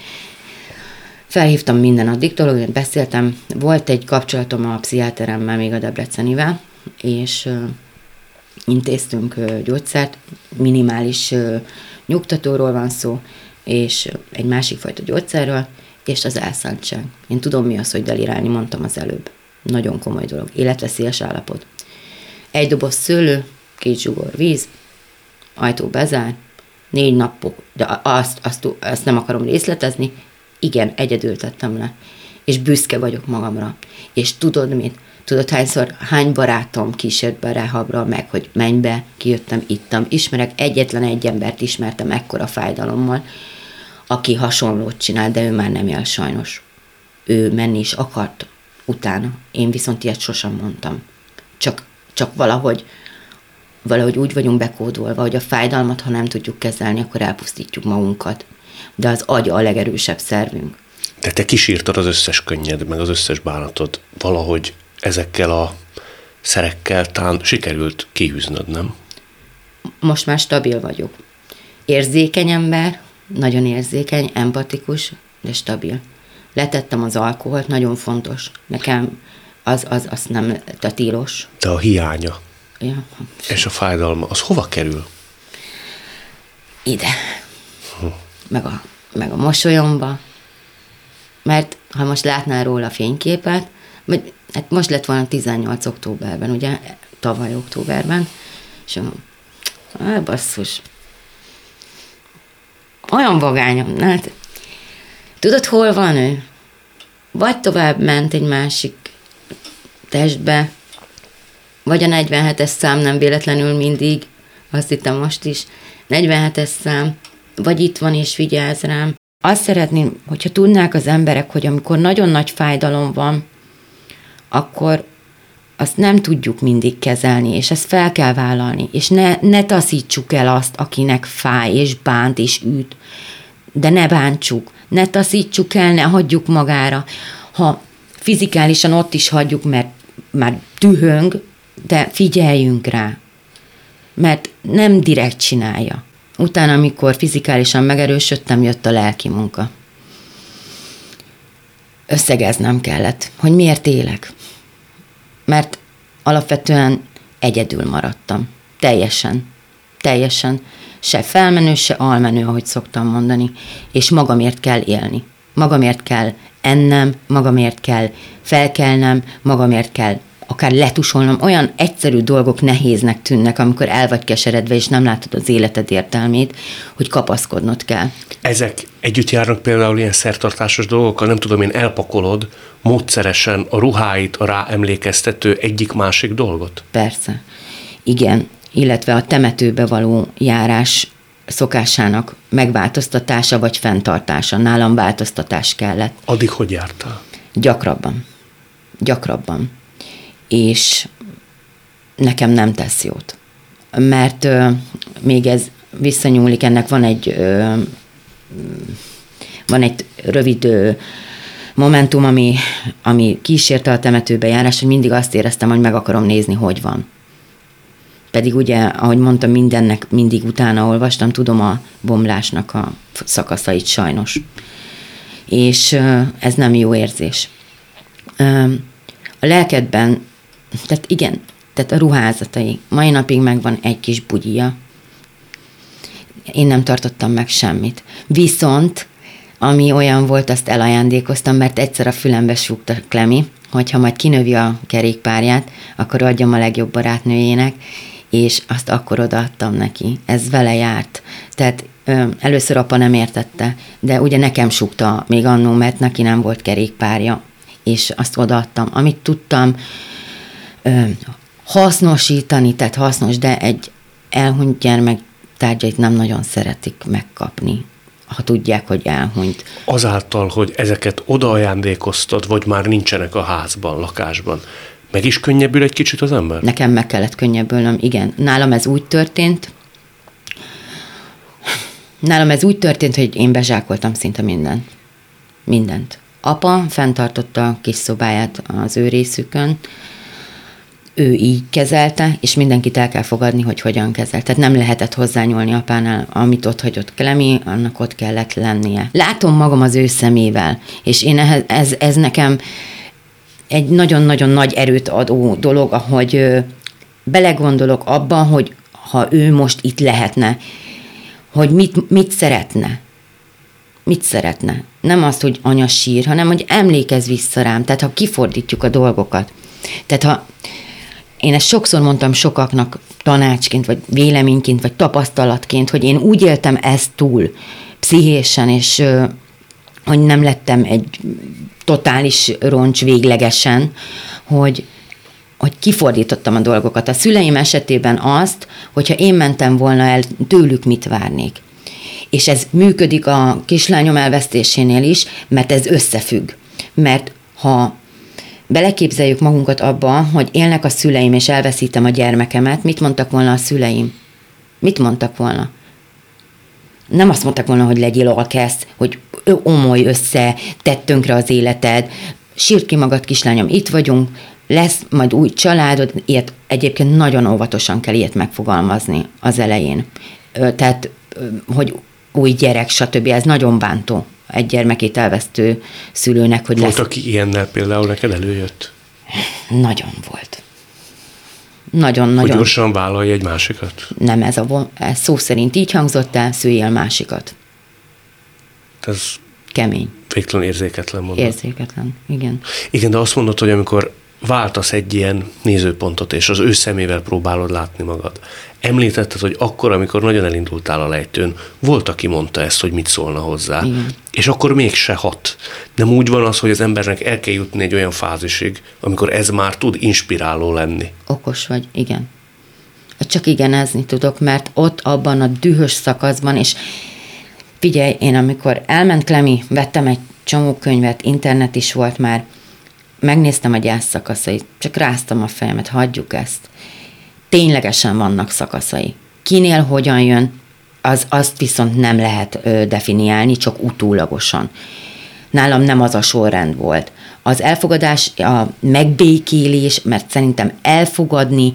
felhívtam minden addiktológiát, beszéltem, volt egy kapcsolatom a pszichiáteremmel, még a Debrecenivel, és uh, intéztünk uh, gyógyszert, minimális uh, nyugtatóról van szó, és uh, egy másik fajta gyógyszerről, és az elszántság. Én tudom, mi az, hogy delirálni, mondtam az előbb. Nagyon komoly dolog. Életveszélyes állapot. Egy doboz szőlő, két zsugor víz, ajtó bezár, négy napok, de azt, azt, azt nem akarom részletezni, igen, egyedül tettem le. És büszke vagyok magamra. És tudod mit? Tudod, hányszor, hány barátom kísért be rehabra, meg, hogy menj be, kijöttem, ittam. Ismerek, egyetlen egy embert ismertem ekkora fájdalommal, aki hasonlót csinál, de ő már nem él sajnos. Ő menni is akart utána. Én viszont ilyet sosem mondtam. Csak, csak valahogy, valahogy úgy vagyunk bekódolva, hogy a fájdalmat, ha nem tudjuk kezelni, akkor elpusztítjuk magunkat. De az agy a legerősebb szervünk. De te kisírtad az összes könnyed, meg az összes bánatod. Valahogy ezekkel a szerekkel talán sikerült kihűznöd, nem? Most már stabil vagyok. Érzékeny ember, nagyon érzékeny, empatikus, de stabil. Letettem az alkoholt, nagyon fontos. Nekem az, az, az nem a tilos. De a hiánya Ja. és a fájdalma, az hova kerül? Ide. Hm. Meg, a, meg a mosolyomba. Mert ha most látnál róla a fényképet, vagy, hát most lett volna tizennyolc októberben, ugye, tavaly októberben, és á, basszus, olyan vagányom, hát, tudod, hol van ő? Vagy tovább ment egy másik testbe, vagy a negyvenhetes szám nem véletlenül mindig, azt hittem most is, negyvenhetes szám, vagy itt van és vigyáz rám. Azt szeretném, hogyha tudnák az emberek, hogy amikor nagyon nagy fájdalom van, akkor azt nem tudjuk mindig kezelni, és ezt fel kell vállalni, és ne, ne taszítsuk el azt, akinek fáj, és bánt, és üt, de ne bántsuk, ne taszítsuk el, ne hagyjuk magára. Ha fizikálisan ott is hagyjuk, mert már dühöng, de figyeljünk rá, mert nem direkt csinálja. Utána, amikor fizikálisan megerősödtem, jött a lelki munka. Összegeznem kellett, hogy miért élek. Mert alapvetően egyedül maradtam. Teljesen. Teljesen. Se felmenő, se almenő, ahogy szoktam mondani. És magamért kell élni. Magamért kell ennem, magamért kell felkelnem, magamért kell akár letusolnom. Olyan egyszerű dolgok nehéznek tűnnek, amikor el vagy keseredve, és nem látod az életed értelmét, hogy kapaszkodnod kell. Ezek együtt járnak például ilyen szertartásos dolgokkal, nem tudom én, elpakolod módszeresen a ruháit, a rá emlékeztető egyik-másik dolgot? Persze. Igen, illetve a temetőbe való járás szokásának megváltoztatása vagy fenntartása. Nálam változtatás kellett. Addig hogy jártál? Gyakrabban. Gyakrabban. És nekem nem tesz jót. Mert ö, még ez visszanyúlik, ennek van egy ö, van egy rövid ö, momentum, ami, ami kísérte a temetőbe járás, hogy mindig azt éreztem, hogy meg akarom nézni, hogy van. Pedig ugye, ahogy mondtam, mindennek mindig utána olvastam, tudom a bomlásnak a szakaszait sajnos. És ö, ez nem jó érzés. Ö, a lelkedben, tehát igen, tehát a ruházatai, mai napig megvan egy kis bugyija. Én nem tartottam meg semmit. Viszont, ami olyan volt, azt elajándékoztam, mert egyszer a fülembe súgta Klemi, hogyha majd kinövi a kerékpárját, akkor adjam a legjobb barátnőjének, és azt akkor odaadtam neki. Ez vele járt. Tehát ö, először apa nem értette, de ugye nekem súgta még annó, mert neki nem volt kerékpárja, és azt odaadtam. Amit tudtam ö, hasznosítani, tehát hasznos, de egy elhunyt gyermek tárgyait nem nagyon szeretik megkapni, ha tudják, hogy elhunyt. Azáltal, hogy ezeket odaajándékoztad, vagy már nincsenek a házban, lakásban, meg is könnyebbül egy kicsit az ember? Nekem meg kellett könnyebbülnöm, igen. Nálam ez úgy történt, nálam ez úgy történt, hogy én bezsákoltam szinte mindent. Mindent. Apa fenntartotta a kis szobáját az ő részükön, ő így kezelte, és mindenkit el kell fogadni, hogy hogyan kezel. Tehát nem lehetett hozzányúlni apánál, amit ott hagyott Klemi, annak ott kellett lennie. Látom magam az ő szemével, és én ehhez, ez, ez nekem egy nagyon-nagyon nagy erőt adó dolog, ahogy ö, belegondolok abban, hogy ha ő most itt lehetne, hogy mit, mit szeretne. Mit szeretne? Nem azt, hogy anya sír, hanem hogy emlékezz vissza rám. Tehát ha kifordítjuk a dolgokat. Tehát ha én ezt sokszor mondtam sokaknak tanácsként, vagy véleményként, vagy tapasztalatként, hogy én úgy éltem ezt túl pszichésen, és hogy nem lettem egy totális roncs véglegesen, hogy, hogy kifordítottam a dolgokat. A szüleim esetében azt, hogyha én mentem volna el, tőlük mit várnék. És ez működik a kislányom elvesztésénél is, mert ez összefügg. Mert ha beleképzeljük magunkat abba, hogy élnek a szüleim, és elveszítem a gyermekemet, mit mondtak volna a szüleim? Mit mondtak volna? Nem azt mondtak volna, hogy legyél alkesz, hogy omolj össze, tedd tönkre az életed, sírd ki magad, kislányom, itt vagyunk, lesz majd új családod, ilyet egyébként nagyon óvatosan kell ilyet megfogalmazni az elején. Tehát, hogy új gyerek, stb. Ez nagyon bántó egy gyermekét elvesztő szülőnek, hogy volt, lesz... aki ilyennel például neked előjött? Nagyon volt. Nagyon-nagyon. Hogy gyorsan vállalja egy másikat? Nem, ez, a, ez szó szerint így hangzott el, szüljél másikat. Ez kemény. Végtelen érzéketlen mondat. Érzéketlen, igen. Igen, de azt mondod, hogy amikor váltasz egy ilyen nézőpontot, és az ő szemével próbálod látni magad. Említetted, hogy akkor, amikor nagyon elindultál a lejtőn, volt, aki mondta ezt, hogy mit szólna hozzá. Igen. És akkor mégse hat. Nem úgy van az, hogy az embernek el kell jutni egy olyan fázisig, amikor ez már tud inspiráló lenni. Okos vagy, igen. Csak igenezni tudok, mert ott abban a dühös szakaszban, és figyelj, én amikor elment Klemi, vettem egy csomó könyvet, internet is volt már, megnéztem a gyász szakaszait, csak ráztam a fejemet, hagyjuk ezt. Ténylegesen vannak szakaszai. Kinél hogyan jön, az, azt viszont nem lehet ö, definiálni, csak utólagosan. Nálam nem az a sorrend volt. Az elfogadás, a megbékélés, mert szerintem elfogadni,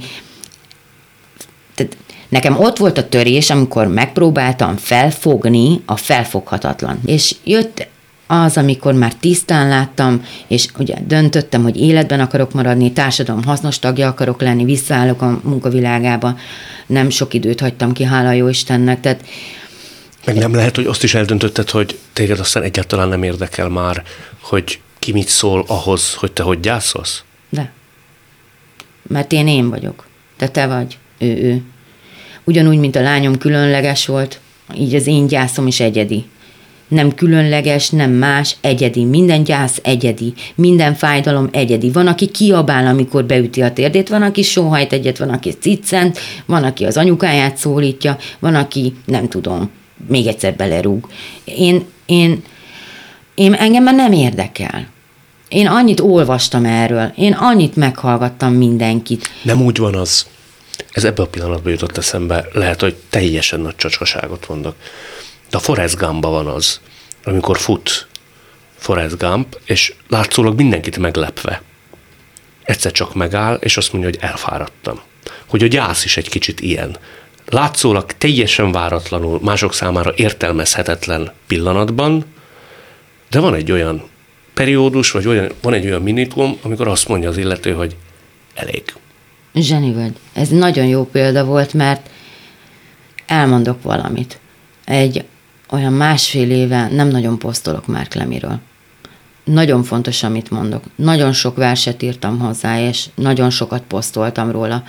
tehát nekem ott volt a törés, amikor megpróbáltam felfogni a felfoghatatlan. És jött az, amikor már tisztán láttam, és ugye döntöttem, hogy életben akarok maradni, társadalom hasznos tagja akarok lenni, visszaállok a munkavilágába, nem sok időt hagytam ki, hála jó Istennek, tehát... Meg nem lehet, hogy azt is eldöntötted, hogy téged aztán egyáltalán nem érdekel már, hogy ki mit szól ahhoz, hogy te hogy gyászolsz? De. Mert én én vagyok. Te te vagy. Ő, ő. Ugyanúgy, mint a lányom különleges volt, így az én gyászom is egyedi. Nem különleges, nem más, egyedi. Minden gyász egyedi. Minden fájdalom egyedi. Van, aki kiabál, amikor beüti a térdét, van, aki sóhajt egyet, van, aki ciccent, van, aki az anyukáját szólítja, van, aki, nem tudom, még egyszer belerúg. Én, én, én engem már nem érdekel. Én annyit olvastam erről, én annyit meghallgattam mindenkit. Nem úgy van az. Ez ebben a pillanatban jutott eszembe, lehet, hogy teljesen nagy csacskaságot mondok. De a Forrest Gumpban van az, amikor fut Forrest Gump, és látszólag mindenkit meglepve. Egyszer csak megáll, és azt mondja, hogy elfáradtam. Hogy a gyász is egy kicsit ilyen. Látszólag teljesen váratlanul, mások számára értelmezhetetlen pillanatban, de van egy olyan periódus, vagy olyan, van egy olyan minitum, amikor azt mondja az illető, hogy elég. Zseni vagy. Ez nagyon jó példa volt, mert elmondok valamit. Egy olyan másfél éve nem nagyon posztolok Mark Lemiről. Nagyon fontos, amit mondok. Nagyon sok verset írtam hozzá, és nagyon sokat posztoltam róla.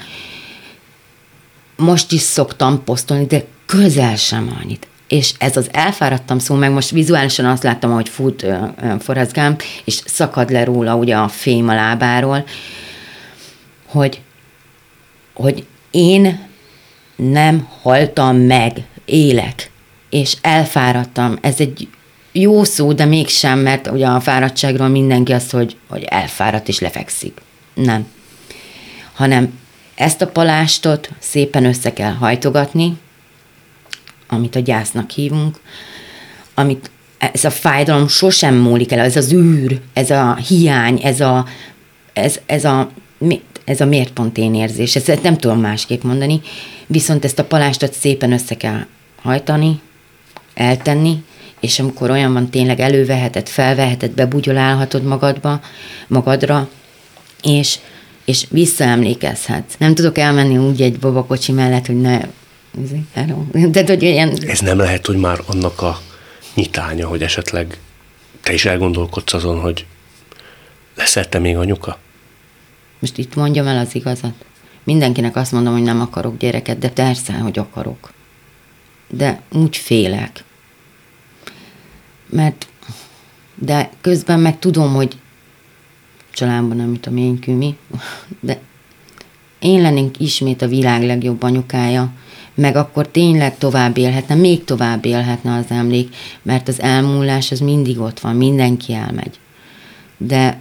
Most is szoktam posztolni, de közel sem annyit. És ez az elfáradtam szó, meg most vizuálisan azt láttam, hogy fut uh, uh, Forrest Gump, és szakad le róla ugye a fém a lábáról, hogy, hogy én nem haltam meg, élek, és elfáradtam. Ez egy jó szó, de mégsem, mert ugye a fáradtságról mindenki azt, hogy, hogy elfáradt és lefekszik. Nem. Hanem ezt a palástot szépen össze kell hajtogatni, amit a gyásznak hívunk, amit ez a fájdalom sosem múlik el, ez az űr, ez a hiány, ez a, ez, ez a, ez a miért pont én érzés, ezt nem tudom másképp mondani, viszont ezt a palástot szépen össze kell hajtani, eltenni, és amikor olyan van, tényleg előveheted, felveheted, bebugyolálhatod magadba, magadra, és, és visszaemlékezhetsz. Nem tudok elmenni úgy egy babakocsi mellett, hogy ne... De, hogy ilyen... Ez nem lehet, hogy már annak a nyitánya, hogy esetleg te is elgondolkodsz azon, hogy leszel te még anyuka? Most itt mondjam el az igazat. Mindenkinek azt mondom, hogy nem akarok gyereket, de persze, hogy akarok. De úgy félek. Mert, de közben meg tudom, hogy családban nem jut a ménykümi, de én lennénk ismét a világ legjobb anyukája, meg akkor tényleg tovább élhetne, még tovább élhetne az emlék, mert az elmúlás az mindig ott van, mindenki elmegy. De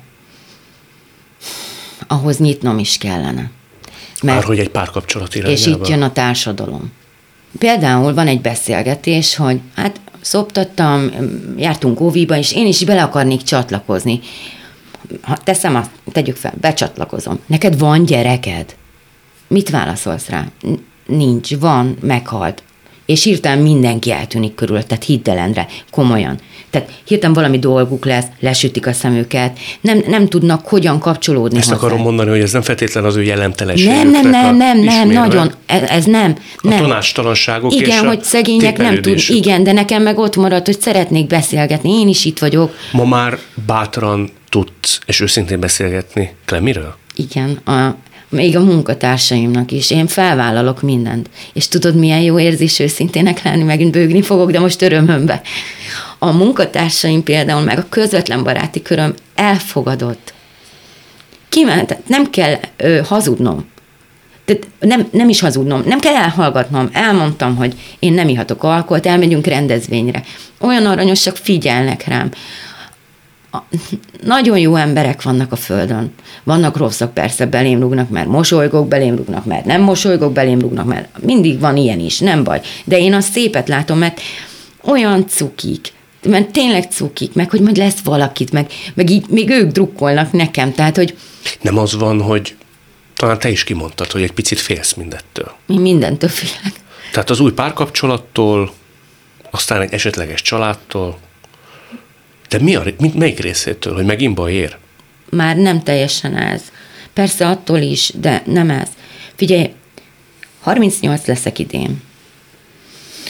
ahhoz nyitnom is kellene. Mert, már hogy egy párkapcsolat irányába. És itt jön a társadalom. Például van egy beszélgetés, hogy hát szoptattam, jártunk óviba, és én is bele akarnék csatlakozni. Ha teszem azt, tegyük fel, becsatlakozom. Neked van gyereked? Mit válaszolsz rá? Nincs, van, meghalt. És hirtelen mindenki eltűnik körül, tehát hidd el, Endre, komolyan. Tehát hirtelen valami dolguk lesz, lesütik a szemüket, nem, nem tudnak hogyan kapcsolódni Ezt hozzá. akarom mondani, hogy ez nem feltétlen az ő jelentelenségüknek Nem, nem, nem, nem, nem, ismérve. nagyon, ez, ez nem. nem. A tanácstalanságok és igen, a hogy szegények nem tud, igen, de nekem meg ott maradt, hogy szeretnék beszélgetni, én is itt vagyok. Ma már bátran tudsz, és őszintén beszélgetni Lemiről? Igen, a még a munkatársaimnak is. Én felvállalok mindent. És tudod, milyen jó érzés őszintének lenni, megint bőgni fogok, de most örömömbe. A munkatársaim például, meg a közvetlen baráti köröm elfogadott. Kiment, nem kell ö, hazudnom. Tehát nem, nem is hazudnom, nem kell elhallgatnom. Elmondtam, hogy én nem ihatok alkoholt, elmegyünk rendezvényre. Olyan aranyosak, figyelnek rám. Nagyon jó emberek vannak a földön. Vannak rosszak, persze belém rúgnak, mert mosolygok, belém rúgnak, mert nem mosolygok, belém rúgnak, mert mindig van ilyen is, nem baj. De én azt szépet látom, mert olyan cukik, mert tényleg cukik, meg hogy majd lesz valakit, meg, meg így még ők drukkolnak nekem, tehát, hogy... Nem az van, hogy talán te is kimondtad, hogy egy picit félsz mindettől. Én mindentől félek. Tehát az új párkapcsolattól, aztán egy esetleges családtól, de mi a, melyik részétől, hogy megint baj ér? Már nem teljesen ez. Persze attól is, de nem ez. Figyelj, harmincnyolc leszek idén.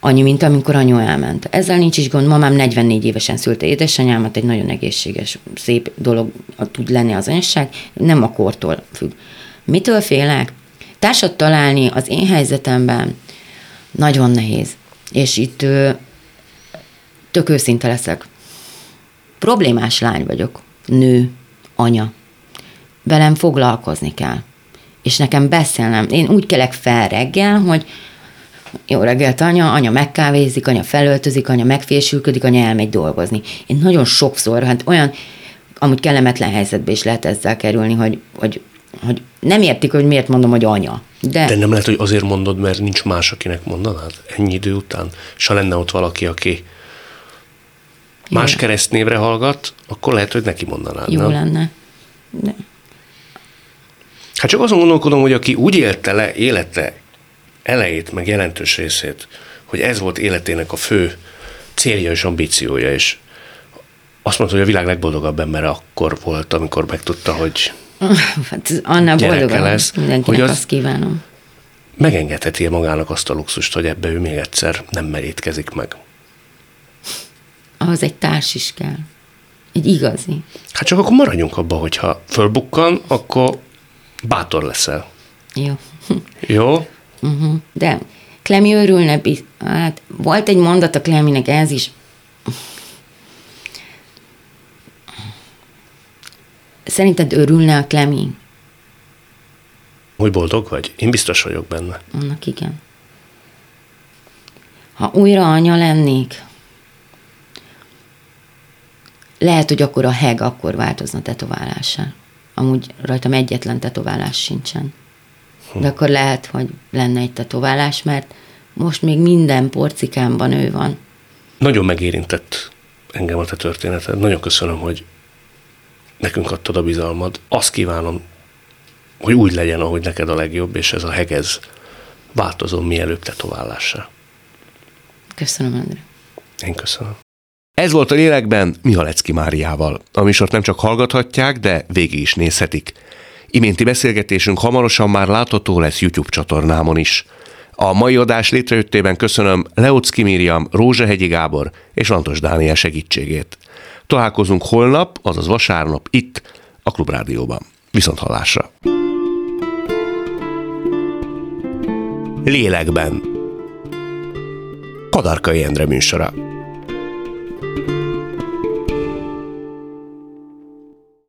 annyi, mint amikor anyu elment. Ezzel nincs is gond. Mamám negyvennégy évesen szülte édesanyámat, egy nagyon egészséges, szép dolog tud lenni az anyaság, nem a kortól függ. Mitől félek? Társat találni az én helyzetemben nagyon nehéz. És itt ö, tök őszinte leszek. Problémás lány vagyok. Nő, anya. Velem foglalkozni kell. És nekem beszélnem. Én úgy kelek fel reggel, hogy jó reggelt, anya, anya megkávézik, anya felöltözik, anya megfésülködik, anya elmegy dolgozni. Én nagyon sokszor, hát olyan, amúgy kellemetlen helyzetbe is lehet ezzel kerülni, hogy, hogy, hogy nem értik, hogy miért mondom, hogy anya. De, De nem lehet, hogy azért mondod, mert nincs más, akinek mondanád ennyi idő után? És ha lenne ott valaki, aki más Jó. keresztnévre hallgat, akkor lehet, hogy neki mondanád. Jó nem? lenne. De. Hát csak azon gondolkodom, hogy aki úgy élte le élete elejét, meg jelentős részét, hogy ez volt életének a fő célja és ambíciója, és azt mondta, hogy a világ legboldogabb embere akkor volt, amikor megtudta, hogy Hát annál boldogabb, lesz, mindenkinek hogy az azt kívánom. megengedheti magának azt a luxust, hogy ebbe ő még egyszer nem merítkezik meg. Ahhoz egy társ is kell. Egy igazi. Hát csak akkor maradjunk abba, hogyha fölbukkan, akkor bátor leszel. Jó. Jó? Uh-huh. De Klemi örülne, biz- hát volt egy mondat a Kleminek, ez is. Szerinted örülne a Klemi? Hogy boldog vagy? Én biztos vagyok benne. Annak igen. Ha újra anya lennék, lehet, hogy akkor a heg akkor változna tetoválással. Amúgy rajtam egyetlen tetoválás sincsen. De akkor lehet, hogy lenne egy tetoválás, mert most még minden porcikámban ő van. Nagyon megérintett engem a te történeted. Nagyon köszönöm, hogy nekünk adtad a bizalmad. Azt kívánom, hogy úgy legyen, ahogy neked a legjobb, és ez a hegez változom mielőbb tetoválássá. Köszönöm, Endre. Én köszönöm. Ez volt a Lélekben Mihalecki Máriával. A műsort nem csak hallgathatják, de végig is nézhetik. Iménti beszélgetésünk hamarosan már látható lesz YouTube csatornámon is. A mai adás létrejöttében köszönöm Leocki Miriam, Rózsahegyi Gábor és Lantos Dániel segítségét. Találkozunk holnap, azaz vasárnap itt, a Klubrádióban. Viszonthallásra! Lélekben. Kadarkai Endre műsora.